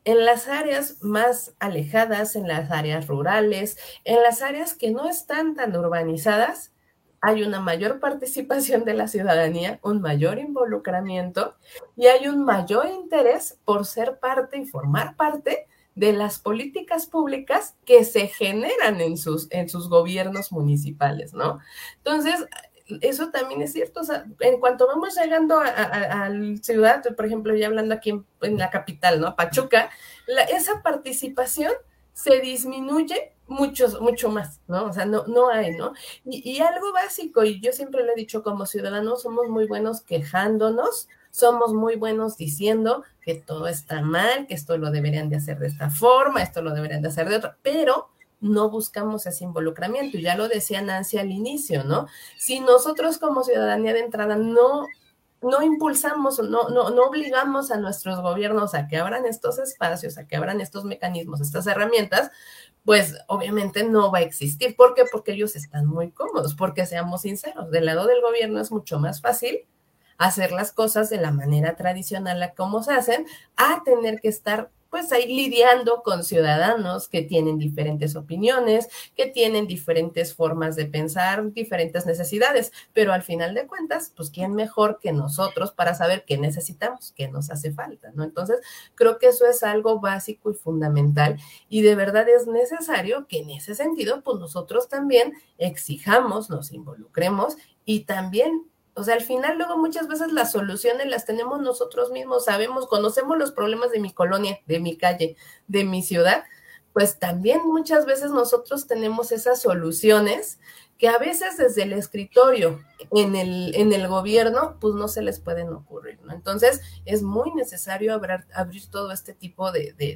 en las áreas más alejadas, en las áreas rurales, en las áreas que no están tan urbanizadas, hay una mayor participación de la ciudadanía, un mayor involucramiento y hay un mayor interés por ser parte y formar parte de las políticas públicas que se generan en sus gobiernos municipales, ¿no? Entonces, eso también es cierto, o sea, en cuanto vamos llegando a ciudad, por ejemplo, ya hablando aquí en la capital, ¿no? Pachuca, esa participación se disminuye mucho más, ¿no? O sea, no hay, ¿no? Y algo básico, y yo siempre lo he dicho, como ciudadanos somos muy buenos quejándonos, somos muy buenos diciendo que todo está mal, que esto lo deberían de hacer de esta forma, esto lo deberían de hacer de otra, pero no buscamos ese involucramiento. Y ya lo decía Nancy al inicio, ¿no? Si nosotros como ciudadanía de entrada no impulsamos, no obligamos a nuestros gobiernos a que abran estos espacios, a que abran estos mecanismos, estas herramientas, pues obviamente no va a existir. ¿Por qué? Porque ellos están muy cómodos, porque seamos sinceros, del lado del gobierno es mucho más fácil hacer las cosas de la manera tradicional a como se hacen, a tener que estar pues ahí lidiando con ciudadanos que tienen diferentes opiniones, que tienen diferentes formas de pensar, diferentes necesidades, pero al final de cuentas, pues quién mejor que nosotros para saber qué necesitamos, qué nos hace falta, ¿no? Entonces, creo que eso es algo básico y fundamental y de verdad es necesario que en ese sentido, pues nosotros también exijamos, nos involucremos y también, o sea, al final luego muchas veces las soluciones las tenemos nosotros mismos, sabemos, conocemos los problemas de mi colonia, de mi calle, de mi ciudad, pues también muchas veces nosotros tenemos esas soluciones que a veces desde el escritorio en el gobierno, pues no se les pueden ocurrir, ¿no? Entonces es muy necesario abrir todo este tipo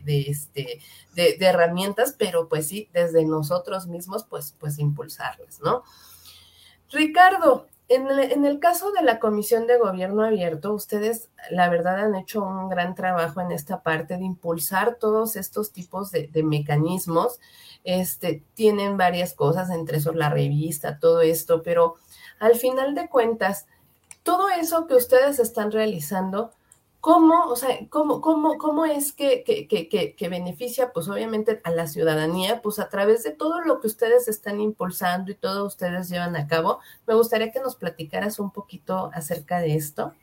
de herramientas, pero pues sí, desde nosotros mismos, pues impulsarlas, ¿no? Ricardo, en el caso de la Comisión de Gobierno Abierto, ustedes, la verdad, han hecho un gran trabajo en esta parte de impulsar todos estos tipos de mecanismos. Tienen varias cosas, entre eso la revista, todo esto, pero al final de cuentas, todo eso que ustedes están realizando, ¿cómo, o sea, cómo es que beneficia, pues obviamente a la ciudadanía, pues a través de todo lo que ustedes están impulsando y todo ustedes llevan a cabo? Me gustaría que nos platicaras un poquito acerca de esto.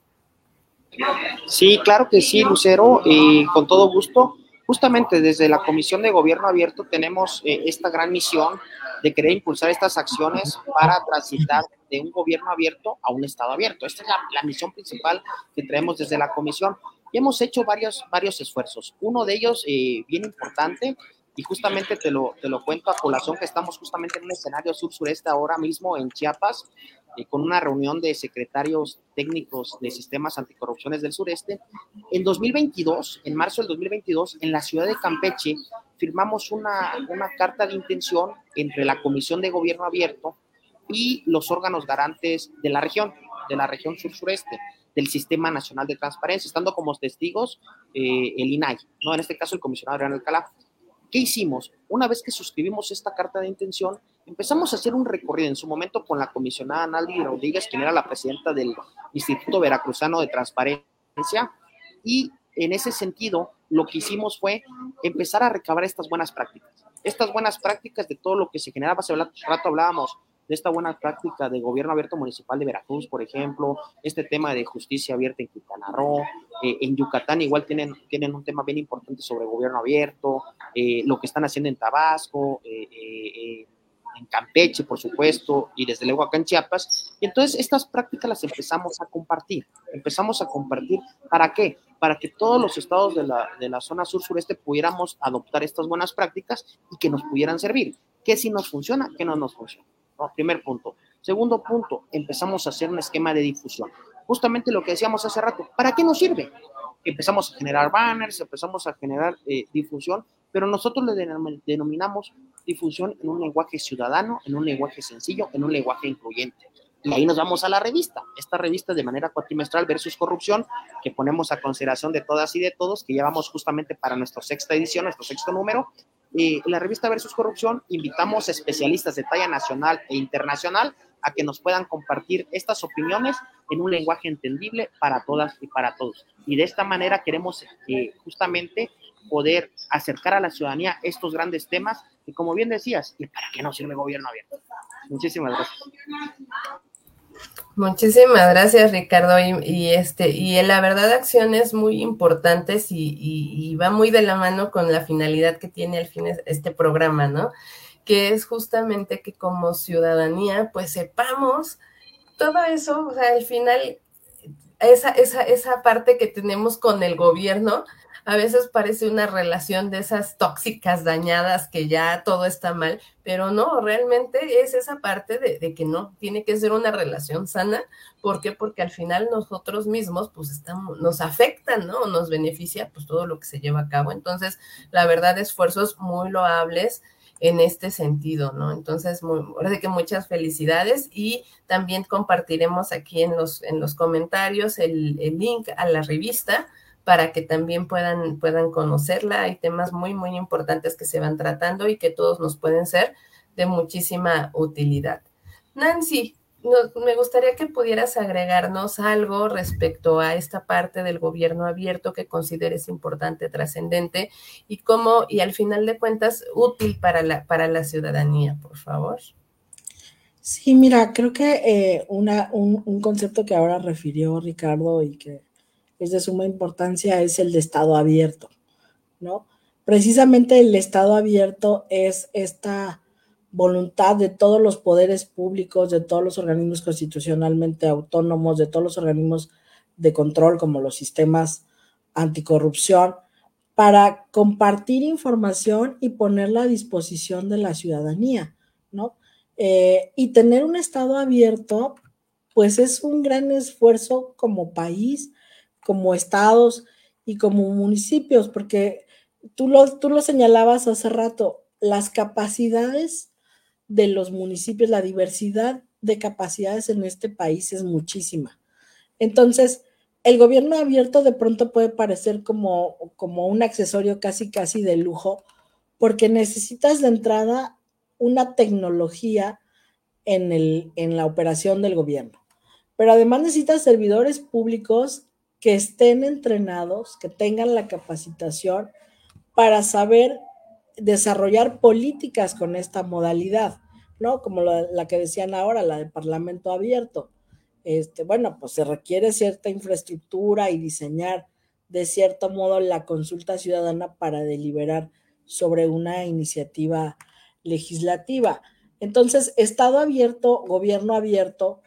Sí, claro que sí, Lucero, con todo gusto. Justamente desde la Comisión de Gobierno Abierto tenemos esta gran misión de querer impulsar estas acciones para transitar de un gobierno abierto a un Estado abierto. Esta es la misión principal que traemos desde la Comisión y hemos hecho varios esfuerzos. Uno de ellos, bien importante, y justamente te lo cuento a colación, que estamos justamente en un escenario sur-sureste ahora mismo en Chiapas, con una reunión de secretarios técnicos de sistemas anticorrupciones del sureste. En 2022, en marzo del 2022, en la ciudad de Campeche, firmamos una carta de intención entre la Comisión de Gobierno Abierto y los órganos garantes de la región sur-sureste, del Sistema Nacional de Transparencia, estando como testigos el INAI, ¿no? En este caso el comisionado Adrián Alcalá. ¿Qué hicimos? Una vez que suscribimos esta carta de intención, empezamos a hacer un recorrido en su momento con la comisionada Naldi Rodríguez, quien era la presidenta del Instituto Veracruzano de Transparencia, y en ese sentido lo que hicimos fue empezar a recabar estas buenas prácticas de todo lo que se generaba. Hace rato hablábamos de esta buena práctica de gobierno abierto municipal de Veracruz, por ejemplo, este tema de justicia abierta en Quintana Roo, en Yucatán igual tienen un tema bien importante sobre gobierno abierto, lo que están haciendo en Tabasco, en Campeche, por supuesto, y desde luego acá en Chiapas. Y entonces estas prácticas las empezamos a compartir. ¿Para qué? Para que todos los estados de la zona sur-sureste pudiéramos adoptar estas buenas prácticas y que nos pudieran servir. ¿Qué sí nos funciona? ¿Qué no nos funciona? ¿No? Primer punto. Segundo punto, empezamos a hacer un esquema de difusión. Justamente lo que decíamos hace rato, ¿para qué nos sirve? Empezamos a generar banners, empezamos a generar difusión, pero nosotros le denominamos difusión en un lenguaje ciudadano, en un lenguaje sencillo, en un lenguaje incluyente. Y ahí nos vamos a la revista, esta revista de manera cuatrimestral versus corrupción, que ponemos a consideración de todas y de todos, que llevamos justamente para nuestra sexta edición, nuestro sexto número. La revista Versus Corrupción, invitamos especialistas de talla nacional e internacional a que nos puedan compartir estas opiniones en un lenguaje entendible para todas y para todos. Y de esta manera queremos justamente poder acercar a la ciudadanía estos grandes temas y, como bien decías, ¿y para qué no sirve gobierno abierto? Muchísimas gracias. Muchísimas gracias, Ricardo. Y la verdad, acciones muy importantes y va muy de la mano con la finalidad que tiene al fin este programa, ¿no? Que es justamente que como ciudadanía, pues sepamos todo eso, o sea, al final, esa parte que tenemos con el gobierno, a veces parece una relación de esas tóxicas, dañadas, que ya todo está mal, pero no, realmente es esa parte de que no, tiene que ser una relación sana. ¿Por qué? Porque al final nosotros mismos, pues nos afecta, ¿no? Nos beneficia, pues todo lo que se lleva a cabo. Entonces, la verdad, esfuerzos muy loables en este sentido, ¿no? Entonces, ahora sí que muchas felicidades y también compartiremos aquí en los comentarios el link a la revista para que también puedan conocerla. Hay temas muy, muy importantes que se van tratando y que todos nos pueden ser de muchísima utilidad. Nancy, me gustaría que pudieras agregarnos algo respecto a esta parte del gobierno abierto que consideres importante, trascendente y al final de cuentas útil para la ciudadanía, por favor. Sí, mira, creo que un concepto que ahora refirió Ricardo y que es de suma importancia es el de Estado abierto, ¿no? Precisamente el Estado abierto es esta voluntad de todos los poderes públicos, de todos los organismos constitucionalmente autónomos, de todos los organismos de control como los sistemas anticorrupción, para compartir información y ponerla a disposición de la ciudadanía, ¿no? Y tener un Estado abierto, pues es un gran esfuerzo como país, como estados y como municipios, porque tú lo señalabas hace rato, las capacidades de los municipios, la diversidad de capacidades en este país es muchísima. Entonces, el gobierno abierto de pronto puede parecer como un accesorio casi de lujo, porque necesitas de entrada una tecnología en la operación del gobierno. Pero además necesitas servidores públicos que estén entrenados, que tengan la capacitación para saber desarrollar políticas con esta modalidad, ¿no? Como la que decían ahora, la del Parlamento abierto. Bueno, pues se requiere cierta infraestructura y diseñar de cierto modo la consulta ciudadana para deliberar sobre una iniciativa legislativa. Entonces, Estado abierto, gobierno abierto,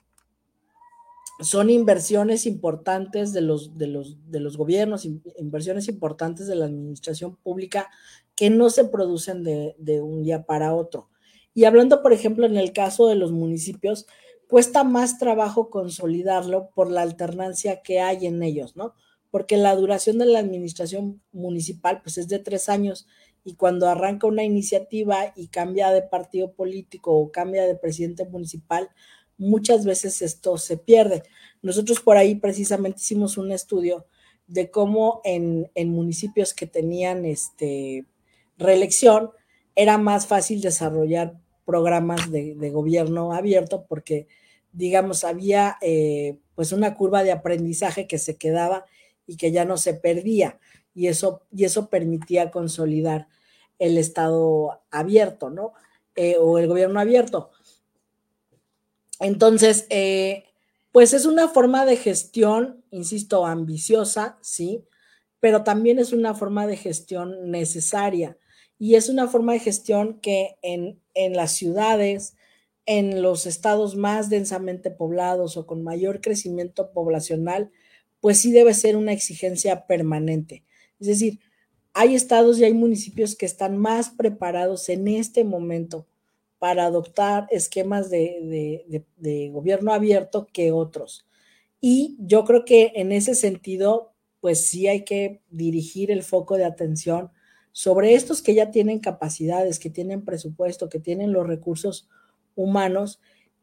son inversiones importantes de los gobiernos, inversiones importantes de la administración pública que no se producen de un día para otro. Y hablando, por ejemplo, en el caso de los municipios, cuesta más trabajo consolidarlo por la alternancia que hay en ellos, ¿no? Porque la duración de la administración municipal, pues es de 3 años, y cuando arranca una iniciativa y cambia de partido político o cambia de presidente municipal, muchas veces esto se pierde. Nosotros por ahí precisamente hicimos un estudio de cómo en municipios que tenían reelección era más fácil desarrollar programas de gobierno abierto porque, digamos, había pues una curva de aprendizaje que se quedaba y que ya no se perdía, y eso permitía consolidar el Estado abierto, ¿no? O el gobierno abierto. Entonces, pues es una forma de gestión, insisto, ambiciosa, sí, pero también es una forma de gestión necesaria, y es una forma de gestión que en las ciudades, en los estados más densamente poblados o con mayor crecimiento poblacional, pues sí debe ser una exigencia permanente. Es decir, hay estados y hay municipios que están más preparados en este momento para adoptar esquemas de gobierno abierto que otros. Y yo creo que en ese sentido, pues sí hay que dirigir el foco de atención sobre estos que ya tienen capacidades, que tienen presupuesto, que tienen los recursos humanos,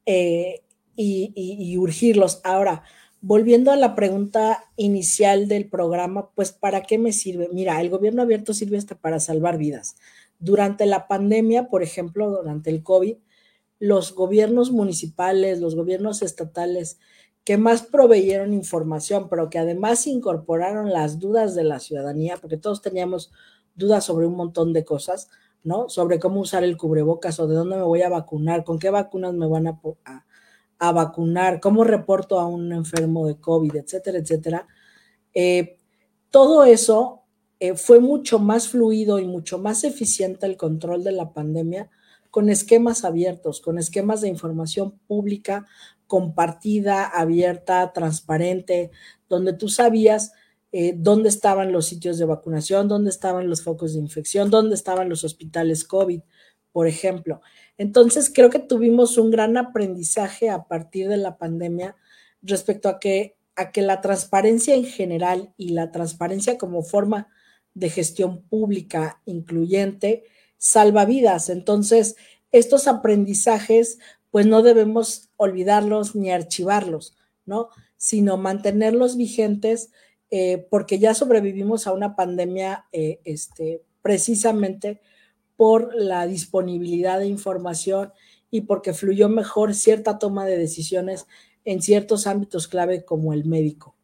y urgirlos. Ahora, volviendo a la pregunta inicial del programa, pues ¿para qué me sirve? Mira, el gobierno abierto sirve hasta para salvar vidas. Durante la pandemia, por ejemplo, durante el COVID, los gobiernos municipales, los gobiernos estatales que más proveyeron información, pero que además incorporaron las dudas de la ciudadanía, porque todos teníamos dudas sobre un montón de cosas, ¿no? Sobre cómo usar el cubrebocas o de dónde me voy a vacunar, con qué vacunas me van a vacunar, cómo reporto a un enfermo de COVID, etcétera, etcétera. Todo eso fue mucho más fluido y mucho más eficiente el control de la pandemia con esquemas abiertos, con esquemas de información pública, compartida, abierta, transparente, donde tú sabías dónde estaban los sitios de vacunación, dónde estaban los focos de infección, dónde estaban los hospitales COVID, por ejemplo. Entonces, creo que tuvimos un gran aprendizaje a partir de la pandemia respecto a que la transparencia en general y la transparencia como forma de gestión pública incluyente salva vidas. Entonces, estos aprendizajes, pues no debemos olvidarlos ni archivarlos, ¿no? Sino mantenerlos vigentes porque ya sobrevivimos a una pandemia precisamente por la disponibilidad de información y porque fluyó mejor cierta toma de decisiones en ciertos ámbitos clave como el médico.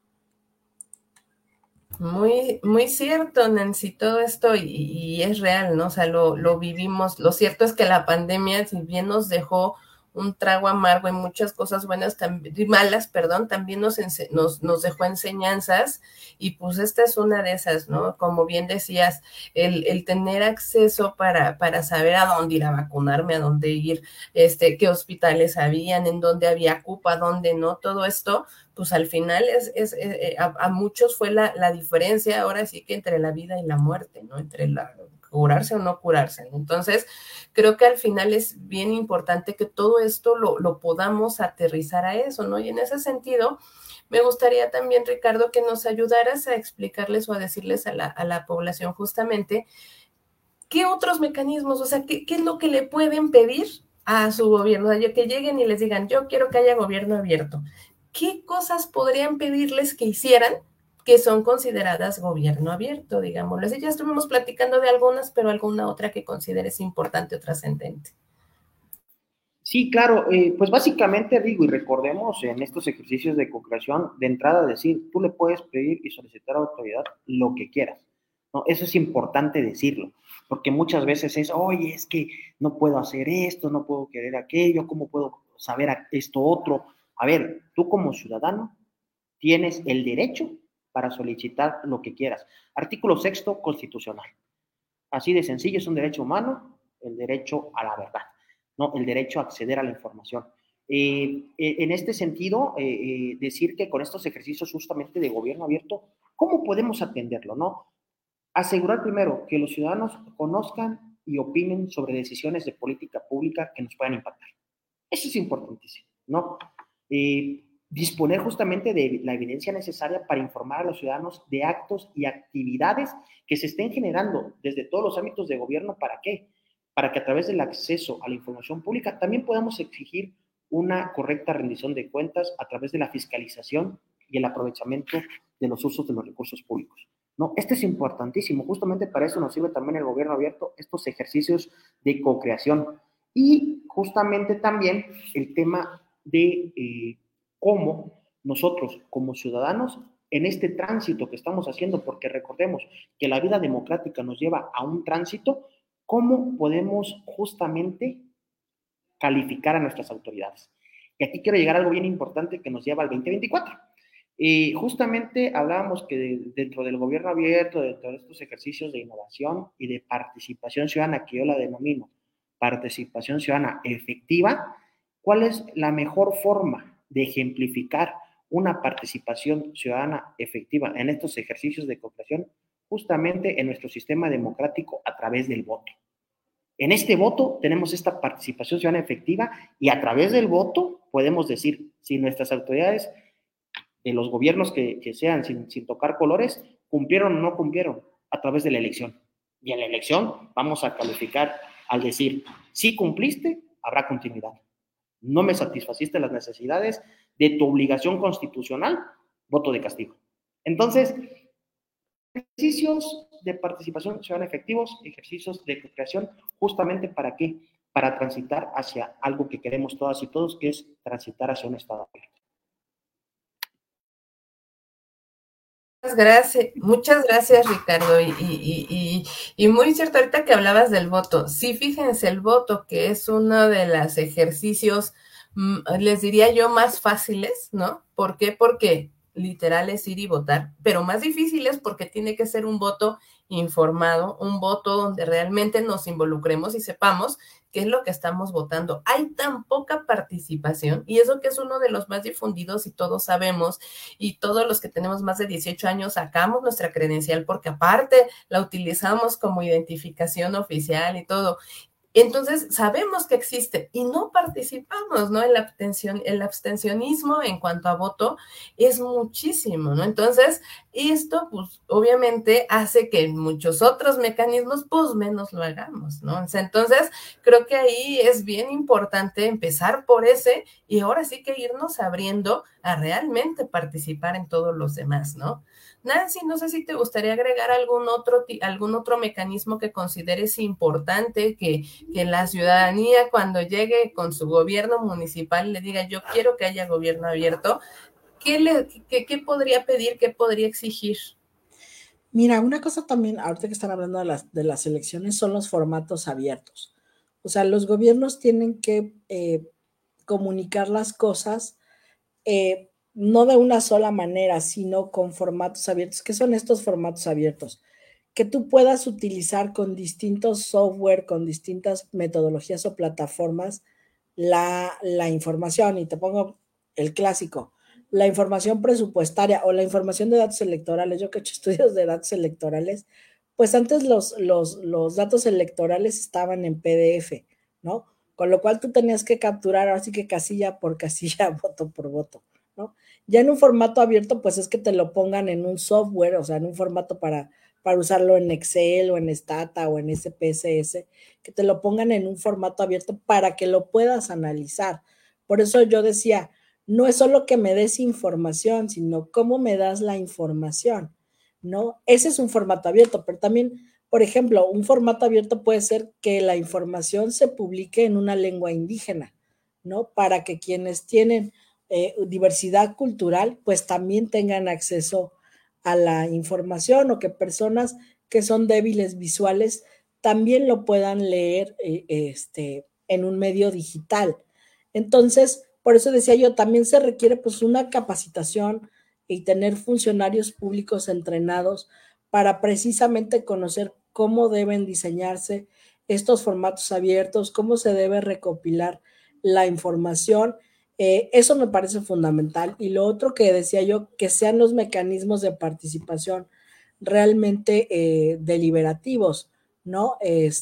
Muy, muy cierto, Nancy, todo esto y es real, ¿no? O sea, lo vivimos. Lo cierto es que la pandemia, si bien nos dejó un trago amargo y muchas cosas buenas y malas, perdón, también nos dejó enseñanzas y pues esta es una de esas, ¿no? Como bien decías, el tener acceso para saber a dónde ir a vacunarme, a dónde ir, qué hospitales habían, en dónde había cupa, dónde no, todo esto, pues al final a muchos fue la diferencia ahora sí que entre la vida y la muerte, ¿no? Entre curarse o no curarse. Entonces, creo que al final es bien importante que todo esto lo podamos aterrizar a eso, ¿no? Y en ese sentido, me gustaría también, Ricardo, que nos ayudaras a explicarles o a decirles a la población justamente qué otros mecanismos, o sea, qué es lo que le pueden pedir a su gobierno, o sea, que lleguen y les digan, yo quiero que haya gobierno abierto. ¿Qué cosas podrían pedirles que hicieran que son consideradas gobierno abierto, digámoslo así? Ya estuvimos platicando de algunas, pero alguna otra que consideres importante o trascendente. Sí, claro, pues básicamente digo, y recordemos en estos ejercicios de concreción, de entrada decir, tú le puedes pedir y solicitar a la autoridad lo que quieras, ¿no? Eso es importante decirlo, porque muchas veces es, oye, es que no puedo hacer esto, no puedo querer aquello, ¿cómo puedo saber esto otro? A ver, tú como ciudadano tienes el derecho para solicitar lo que quieras. Artículo 6º constitucional. Así de sencillo, es un derecho humano, el derecho a la verdad, ¿no? El derecho a acceder a la información. En este sentido, decir que con estos ejercicios justamente de gobierno abierto, ¿cómo podemos atenderlo, no? Asegurar primero que los ciudadanos conozcan y opinen sobre decisiones de política pública que nos puedan impactar. Eso es importantísimo, ¿no? Disponer justamente de la evidencia necesaria para informar a los ciudadanos de actos y actividades que se estén generando desde todos los ámbitos de gobierno. ¿Para qué? Para que a través del acceso a la información pública también podamos exigir una correcta rendición de cuentas a través de la fiscalización y el aprovechamiento de los usos de los recursos públicos. No, este es importantísimo. Justamente para eso nos sirve también el gobierno abierto, estos ejercicios de co-creación. Y justamente también el tema de cómo nosotros como ciudadanos en este tránsito que estamos haciendo, porque recordemos que la vida democrática nos lleva a un tránsito, cómo podemos justamente calificar a nuestras autoridades. Y aquí quiero llegar a algo bien importante que nos lleva al 2024. Justamente hablábamos que dentro del gobierno abierto, dentro de estos ejercicios de innovación y de participación ciudadana, que yo la denomino participación ciudadana efectiva, ¿cuál es la mejor forma de ejemplificar una participación ciudadana efectiva en estos ejercicios de cooperación? Justamente en nuestro sistema democrático a través del voto. En este voto tenemos esta participación ciudadana efectiva y a través del voto podemos decir si nuestras autoridades de los gobiernos que sean sin tocar colores, cumplieron o no cumplieron a través de la elección. Y en la elección vamos a calificar al decir, si cumpliste, habrá continuidad. No me satisfaciste las necesidades de tu obligación constitucional, voto de castigo. Entonces, ejercicios de participación ciudadana efectivos, ejercicios de creación, justamente ¿para qué? Para transitar hacia algo que queremos todas y todos, que es transitar hacia un Estado abierto. Muchas gracias, Ricardo. Y muy cierto, ahorita que hablabas del voto, sí, fíjense, el voto, que es uno de los ejercicios, les diría yo, más fáciles, ¿no? ¿Por qué? Porque literal es ir y votar, pero más difíciles porque tiene que ser un voto informado, un voto donde realmente nos involucremos y sepamos qué es lo que estamos votando. Hay tan poca participación y eso que es uno de los más difundidos y todos sabemos y todos los que tenemos más de 18 años sacamos nuestra credencial porque aparte la utilizamos como identificación oficial y todo. Entonces sabemos que existe y no participamos, ¿no? El abstencionismo en cuanto a voto es muchísimo, ¿no? Entonces, esto, pues, obviamente hace que en muchos otros mecanismos, pues, menos lo hagamos, ¿no? O sea, entonces, creo que ahí es bien importante empezar por ese y ahora sí que irnos abriendo a realmente participar en todos los demás, ¿no? Nancy, no sé si te gustaría agregar algún otro mecanismo que consideres importante, que la ciudadanía cuando llegue con su gobierno municipal le diga yo quiero que haya gobierno abierto, ¿qué podría pedir, qué podría exigir? Mira, una cosa también, ahorita que están hablando de las elecciones, son los formatos abiertos. O sea, los gobiernos tienen que comunicar las cosas no de una sola manera, sino con formatos abiertos. ¿Qué son estos formatos abiertos? Que tú puedas utilizar con distintos software, con distintas metodologías o plataformas la información. Y te pongo el clásico, la información presupuestaria o la información de datos electorales. Yo que he hecho estudios de datos electorales, pues antes los datos electorales estaban en PDF, ¿no? Con lo cual tú tenías que capturar, así que casilla por casilla, voto por voto, ¿no? Ya en un formato abierto, pues es que te lo pongan en un software, o sea, en un formato para usarlo en Excel o en Stata o en SPSS, que te lo pongan en un formato abierto para que lo puedas analizar. Por eso yo decía, no es solo que me des información, sino cómo me das la información, ¿no? Ese es un formato abierto, pero también, por ejemplo, un formato abierto puede ser que la información se publique en una lengua indígena, ¿no? Para que quienes tienen diversidad cultural, pues también tengan acceso a la información o que personas que son débiles visuales también lo puedan leer en un medio digital. Entonces, por eso decía yo, también se requiere pues una capacitación y tener funcionarios públicos entrenados para precisamente conocer cómo deben diseñarse estos formatos abiertos, cómo se debe recopilar la información. Eso me parece fundamental. Y lo otro que decía yo, que sean los mecanismos de participación realmente deliberativos, ¿no?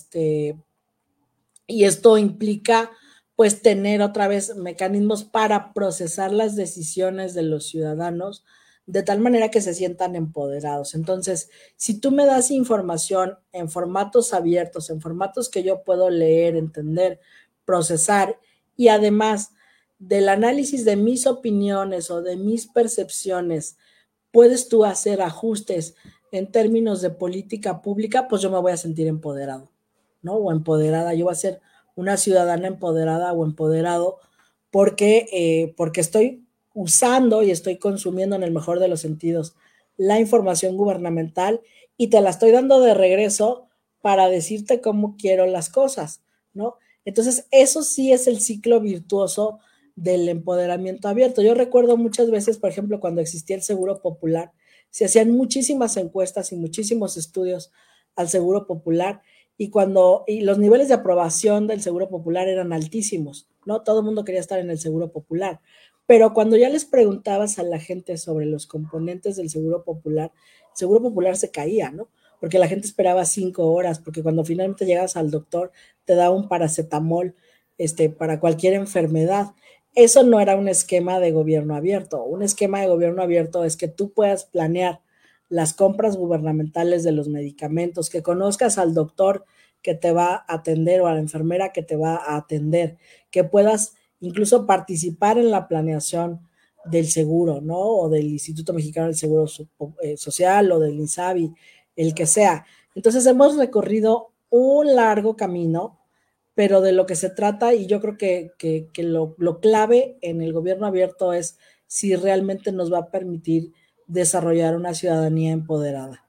Y esto implica pues tener otra vez mecanismos para procesar las decisiones de los ciudadanos de tal manera que se sientan empoderados. Entonces, si tú me das información en formatos abiertos, en formatos que yo puedo leer, entender, procesar y además del análisis de mis opiniones o de mis percepciones, puedes tú hacer ajustes en términos de política pública, pues yo me voy a sentir empoderado, ¿no? O empoderada, yo voy a ser una ciudadana empoderada o empoderado porque estoy usando y estoy consumiendo en el mejor de los sentidos la información gubernamental y te la estoy dando de regreso para decirte cómo quiero las cosas, ¿no? Entonces, eso sí es el ciclo virtuoso del empoderamiento abierto. Yo recuerdo muchas veces, por ejemplo, cuando existía el Seguro Popular, se hacían muchísimas encuestas y muchísimos estudios al Seguro Popular y los niveles de aprobación del Seguro Popular eran altísimos, ¿no? Todo el mundo quería estar en el Seguro Popular. Pero cuando ya les preguntabas a la gente sobre los componentes del el Seguro Popular se caía, ¿no? Porque la gente esperaba 5 horas, porque cuando finalmente llegas al doctor te da un paracetamol para cualquier enfermedad. Eso no era un esquema de gobierno abierto. Un esquema de gobierno abierto es que tú puedas planear las compras gubernamentales de los medicamentos, que conozcas al doctor que te va a atender o a la enfermera que te va a atender, que puedas incluso participar en la planeación del seguro, ¿no? O del Instituto Mexicano del Seguro Social o del INSABI, el que sea. Entonces hemos recorrido un largo camino, pero de lo que se trata, y yo creo que lo clave en el gobierno abierto es si realmente nos va a permitir desarrollar una ciudadanía empoderada.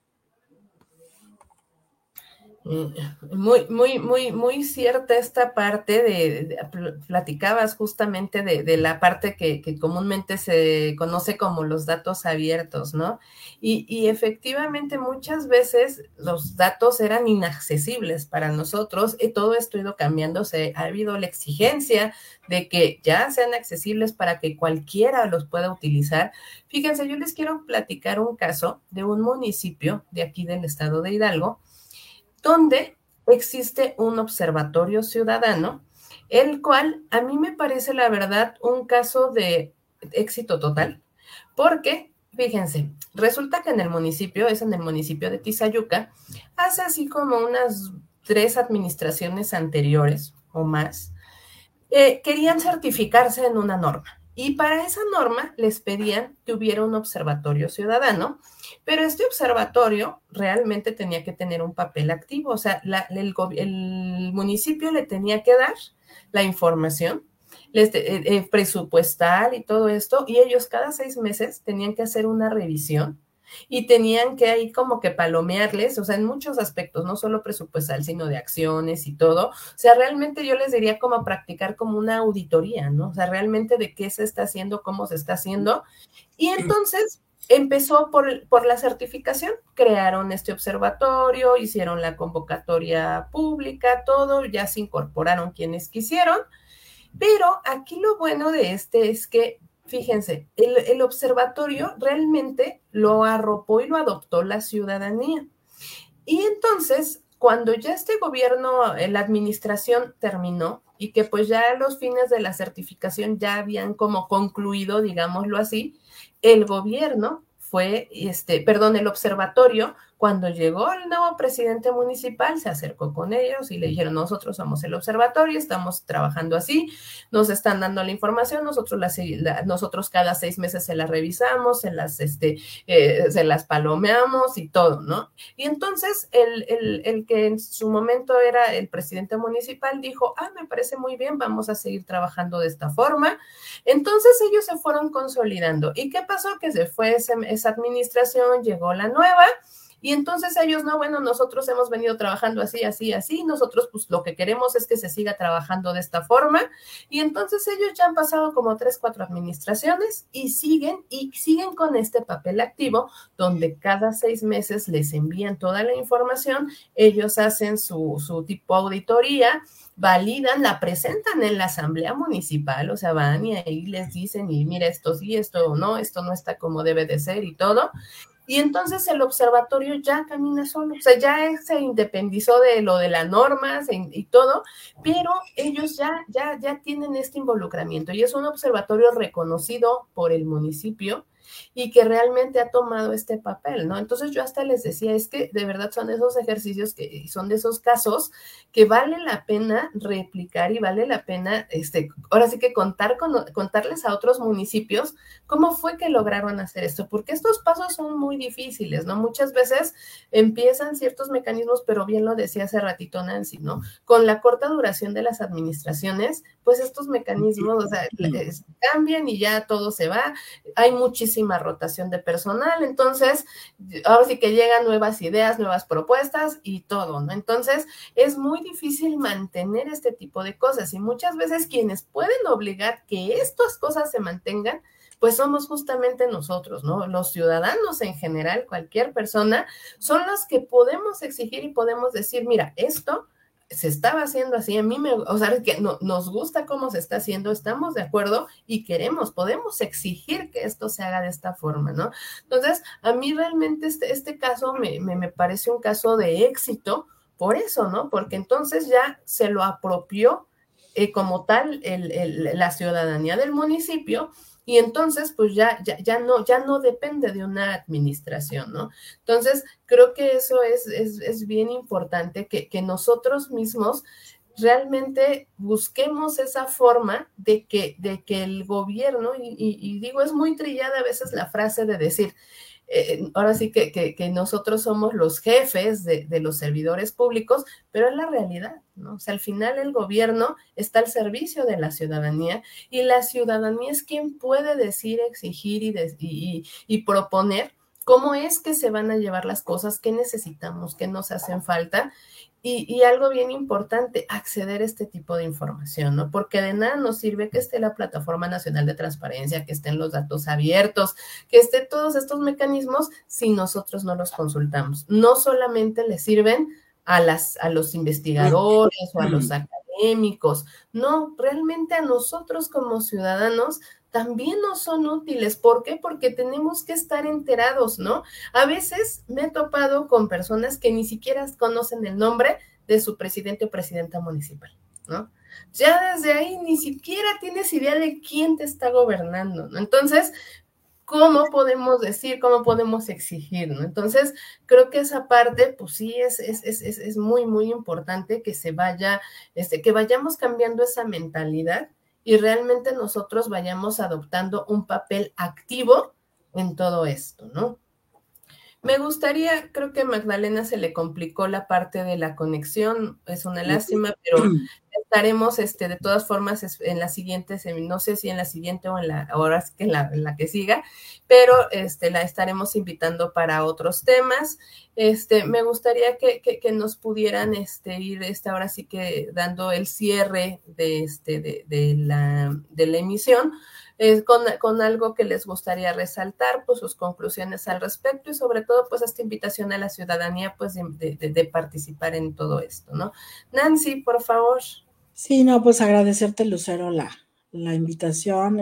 Muy cierta esta parte platicabas justamente de la parte que comúnmente se conoce como los datos abiertos, ¿no? Y efectivamente muchas veces los datos eran inaccesibles para nosotros y todo esto ha ido cambiando, ha habido la exigencia de que ya sean accesibles para que cualquiera los pueda utilizar. Fíjense, yo les quiero platicar un caso de un municipio de aquí del estado de Hidalgo, donde existe un observatorio ciudadano, el cual a mí me parece, la verdad, un caso de éxito total, porque, fíjense, resulta que en el municipio de Tizayuca, hace así como unas 3 administraciones anteriores o más, querían certificarse en una norma. Y para esa norma les pedían que hubiera un observatorio ciudadano, pero este observatorio realmente tenía que tener un papel activo, o sea, el municipio le tenía que dar la información presupuestal y todo esto, y ellos cada 6 meses tenían que hacer una revisión y tenían que ahí como que palomearles, o sea, en muchos aspectos, no solo presupuestal, sino de acciones y todo. O sea, realmente yo les diría como practicar como una auditoría, ¿no? O sea, realmente de qué se está haciendo, cómo se está haciendo. Y entonces empezó por la certificación, crearon este observatorio, hicieron la convocatoria pública, todo, ya se incorporaron quienes quisieron, pero aquí lo bueno de este es que, fíjense, el observatorio realmente lo arropó y lo adoptó la ciudadanía. Y entonces, cuando ya este gobierno, la administración terminó y que pues ya los fines de la certificación ya habían como concluido, digámoslo así, el gobierno el observatorio, cuando llegó el nuevo presidente municipal, se acercó con ellos y le dijeron, nosotros somos el observatorio, estamos trabajando así, nos están dando la información, nosotros cada 6 meses se la revisamos, se las palomeamos y todo, ¿no? Y entonces el que en su momento era el presidente municipal dijo, me parece muy bien, vamos a seguir trabajando de esta forma. Entonces ellos se fueron consolidando. ¿Y qué pasó? Que se fue esa administración, llegó la nueva. Y entonces ellos, no, bueno, nosotros hemos venido trabajando así, así, así, nosotros pues lo que queremos es que se siga trabajando de esta forma. Y entonces ellos ya han pasado como 3, 4 administraciones y siguen con este papel activo, donde cada 6 meses les envían toda la información, ellos hacen su tipo auditoría, validan, la presentan en la asamblea municipal, o sea, van y ahí les dicen, y mira, esto sí, esto no está como debe de ser y todo. Y entonces el observatorio ya camina solo, o sea, ya se independizó de lo de la norma y todo, pero ellos ya tienen este involucramiento y es un observatorio reconocido por el municipio y que realmente ha tomado este papel, ¿no? Entonces yo hasta les decía, es que de verdad son de esos ejercicios que son de esos casos que vale la pena replicar y vale la pena, ahora sí que contarles a otros municipios cómo fue que lograron hacer esto, porque estos pasos son muy difíciles, ¿no? Muchas veces empiezan ciertos mecanismos, pero bien lo decía hace ratito Nancy, ¿no? Con la corta duración de las administraciones, pues estos mecanismos, o sea, cambian y ya todo se va, hay muchísima rotación de personal, entonces ahora sí que llegan nuevas ideas, nuevas propuestas y todo, ¿no? Entonces es muy difícil mantener este tipo de cosas y muchas veces quienes pueden obligar que estas cosas se mantengan, pues somos justamente nosotros, ¿no? Los ciudadanos en general, cualquier persona, son los que podemos exigir y podemos decir, mira, esto se estaba haciendo así, o sea, que nos gusta cómo se está haciendo, estamos de acuerdo y podemos exigir que esto se haga de esta forma, ¿no? Entonces, a mí realmente este caso me parece un caso de éxito por eso, ¿no? Porque entonces ya se lo apropió como tal la ciudadanía del municipio y entonces pues ya no depende de una administración, ¿no? Entonces creo que eso es bien importante que nosotros mismos realmente busquemos esa forma de que el gobierno, y digo, es muy trillada a veces la frase de decir, ahora sí que nosotros somos los jefes de los servidores públicos, pero es la realidad, ¿no? O sea, al final el gobierno está al servicio de la ciudadanía y la ciudadanía es quien puede decir, exigir y proponer cómo es que se van a llevar las cosas, qué necesitamos, qué nos hacen falta. Y algo bien importante, acceder a este tipo de información, ¿no? Porque de nada nos sirve que esté la Plataforma Nacional de Transparencia, que estén los datos abiertos, que esté todos estos mecanismos si nosotros no los consultamos. No solamente le sirven a los investigadores o a los académicos, no, realmente a nosotros como ciudadanos también nos son útiles. ¿Por qué? Porque tenemos que estar enterados, ¿no? A veces me he topado con personas que ni siquiera conocen el nombre de su presidente o presidenta municipal, ¿no? Ya desde ahí ni siquiera tienes idea de quién te está gobernando, ¿no? Entonces, ¿cómo podemos decir, cómo podemos exigir, ¿no? Entonces, creo que esa parte, pues sí, es muy, muy importante que se vaya, que vayamos cambiando esa mentalidad y realmente nosotros vayamos adoptando un papel activo en todo esto, ¿no? Me gustaría, creo que a Magdalena se le complicó la parte de la conexión, es una lástima, pero estaremos de todas formas en la siguiente, no sé si en la siguiente o en la, ahora es que en la que siga, pero la estaremos invitando para otros temas. Me gustaría que nos pudieran ir ahora sí que dando el cierre de la emisión, con algo que les gustaría resaltar, pues sus conclusiones al respecto y sobre todo pues esta invitación a la ciudadanía pues de participar en todo esto, ¿no? Nancy, por favor. Sí, no, pues agradecerte, Lucero, la invitación.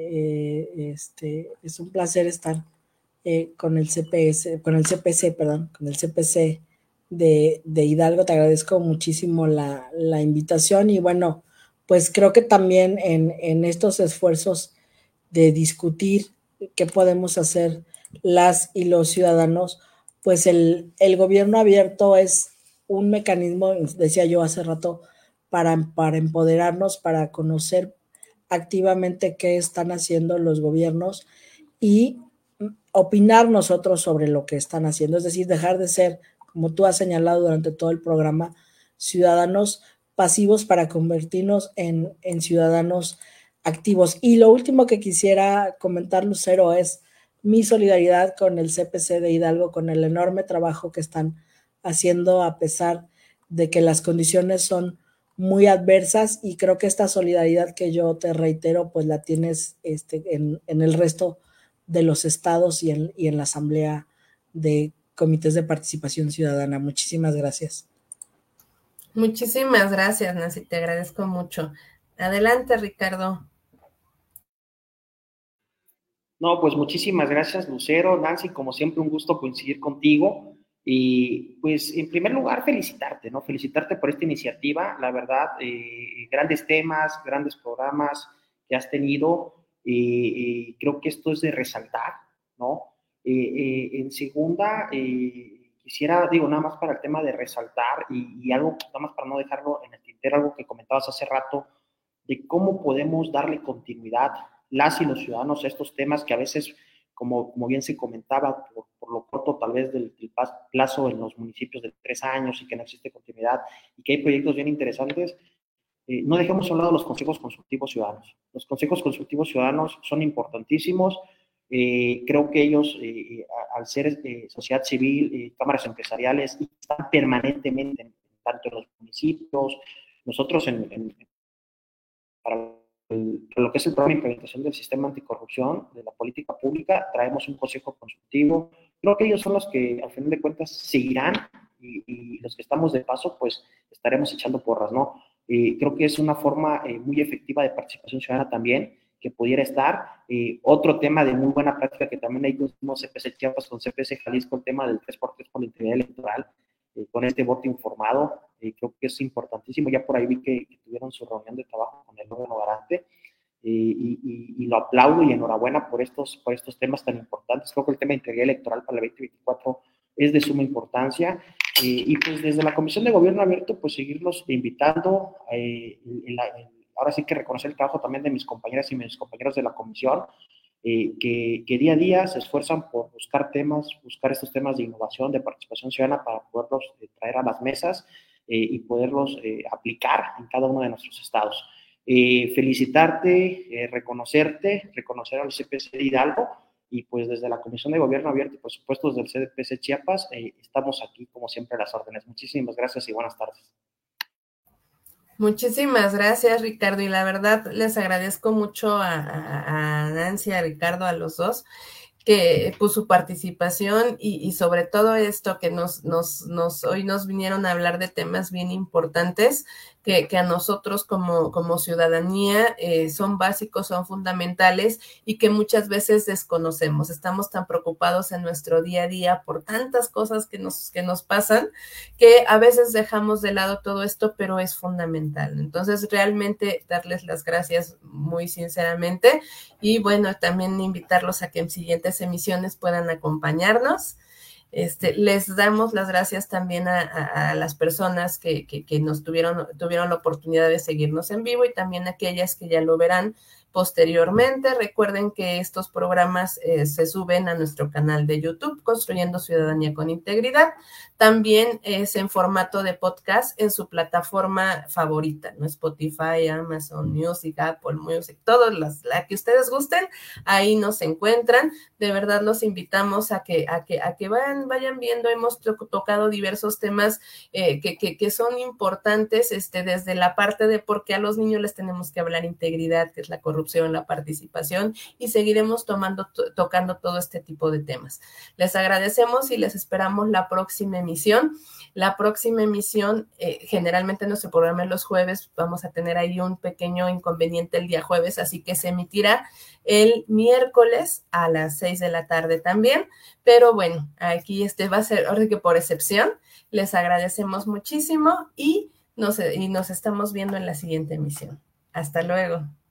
Es un placer estar con el CPS, con el CPC, perdón, con el CPC de Hidalgo. Te agradezco muchísimo la invitación y bueno, pues creo que también en estos esfuerzos de discutir qué podemos hacer las y los ciudadanos, pues el gobierno abierto es un mecanismo, decía yo hace rato, para empoderarnos, para conocer activamente qué están haciendo los gobiernos y opinar nosotros sobre lo que están haciendo, es decir, dejar de ser, como tú has señalado durante todo el programa, ciudadanos pasivos para convertirnos en ciudadanos activos. Y lo último que quisiera comentar, Lucero, es mi solidaridad con el CPC de Hidalgo, con el enorme trabajo que están haciendo a pesar de que las condiciones son muy adversas y creo que esta solidaridad que yo te reitero, pues la tienes en el resto de los estados y en la Asamblea de Comités de Participación Ciudadana. Muchísimas gracias. Muchísimas gracias, Nancy, te agradezco mucho. Adelante, Ricardo. No, pues muchísimas gracias, Lucero. Nancy, como siempre, un gusto coincidir contigo. Y pues, en primer lugar, felicitarte, ¿no? Felicitarte por esta iniciativa. La verdad, grandes temas, grandes programas que has tenido. Creo que esto es de resaltar, ¿no? En segunda, quisiera, digo, nada más para el tema de resaltar y algo, nada más para no dejarlo en el tintero, algo que comentabas hace rato, de cómo podemos darle continuidad las y los ciudadanos a estos temas que a veces, como bien se comentaba, por lo corto tal vez del plazo en los municipios de 3 años y que no existe continuidad y que hay proyectos bien interesantes, no dejemos a un lado los consejos consultivos ciudadanos. Los consejos consultivos ciudadanos son importantísimos. Creo que ellos, al ser sociedad civil, cámaras empresariales, están permanentemente tanto en los municipios, nosotros para lo que es el programa de implementación del sistema anticorrupción, de la política pública, traemos un consejo consultivo. Creo que ellos son los que, al final de cuentas, seguirán y los que estamos de paso, pues estaremos echando porras, ¿no? Creo que es una forma muy efectiva de participación ciudadana también, que pudiera estar. Otro tema de muy buena práctica que también hay con CPC Chiapas, con CPC Jalisco, el tema del 3x3 por la integridad electoral, con este voto informado. Creo que es importantísimo. Ya por ahí vi que tuvieron su reunión de trabajo con el órgano garante y lo aplaudo y enhorabuena por estos temas tan importantes. Creo que el tema de integridad electoral para el 2024 es de suma importancia y pues desde la Comisión de Gobierno Abierto pues seguirlos invitando. Ahora sí que reconocer el trabajo también de mis compañeras y mis compañeros de la comisión. que día a día se esfuerzan por buscar estos temas de innovación, de participación ciudadana para poderlos traer a las mesas y poderlos aplicar en cada uno de nuestros estados. Felicitarte, reconocer al CPC de Hidalgo y pues desde la Comisión de Gobierno Abierto y por supuesto desde el CDPC Chiapas estamos aquí como siempre a las órdenes. Muchísimas gracias y buenas tardes. Muchísimas gracias, Ricardo, y la verdad les agradezco mucho a Nancy, a Ricardo, a los dos, que pues su participación y sobre todo esto que hoy nos vinieron a hablar de temas bien importantes que a nosotros como ciudadanía son básicos, son fundamentales y que muchas veces desconocemos. Estamos tan preocupados en nuestro día a día por tantas cosas que nos pasan que a veces dejamos de lado todo esto, pero es fundamental. Entonces, realmente darles las gracias muy sinceramente y bueno, también invitarlos a que en siguientes emisiones puedan acompañarnos. Les damos las gracias también a las personas que nos tuvieron la oportunidad de seguirnos en vivo y también a aquellas que ya lo verán posteriormente. Recuerden que estos programas se suben a nuestro canal de YouTube, Construyendo Ciudadanía con Integridad. También es en formato de podcast en su plataforma favorita, ¿no? Spotify, Amazon Music, Apple Music, todas la que ustedes gusten, ahí nos encuentran. De verdad los invitamos a que vayan viendo. Hemos tocado diversos temas que son importantes, desde la parte de por qué a los niños les tenemos que hablar integridad, que es la corrupción, la participación, y seguiremos tocando todo este tipo de temas. Les agradecemos y les esperamos la próxima emisión. La próxima emisión, generalmente nuestro programa es los jueves, vamos a tener ahí un pequeño inconveniente el día jueves, así que se emitirá el miércoles a las 6 de la tarde también, pero bueno, aquí va a ser, ahora que por excepción, les agradecemos muchísimo y nos estamos viendo en la siguiente emisión. Hasta luego.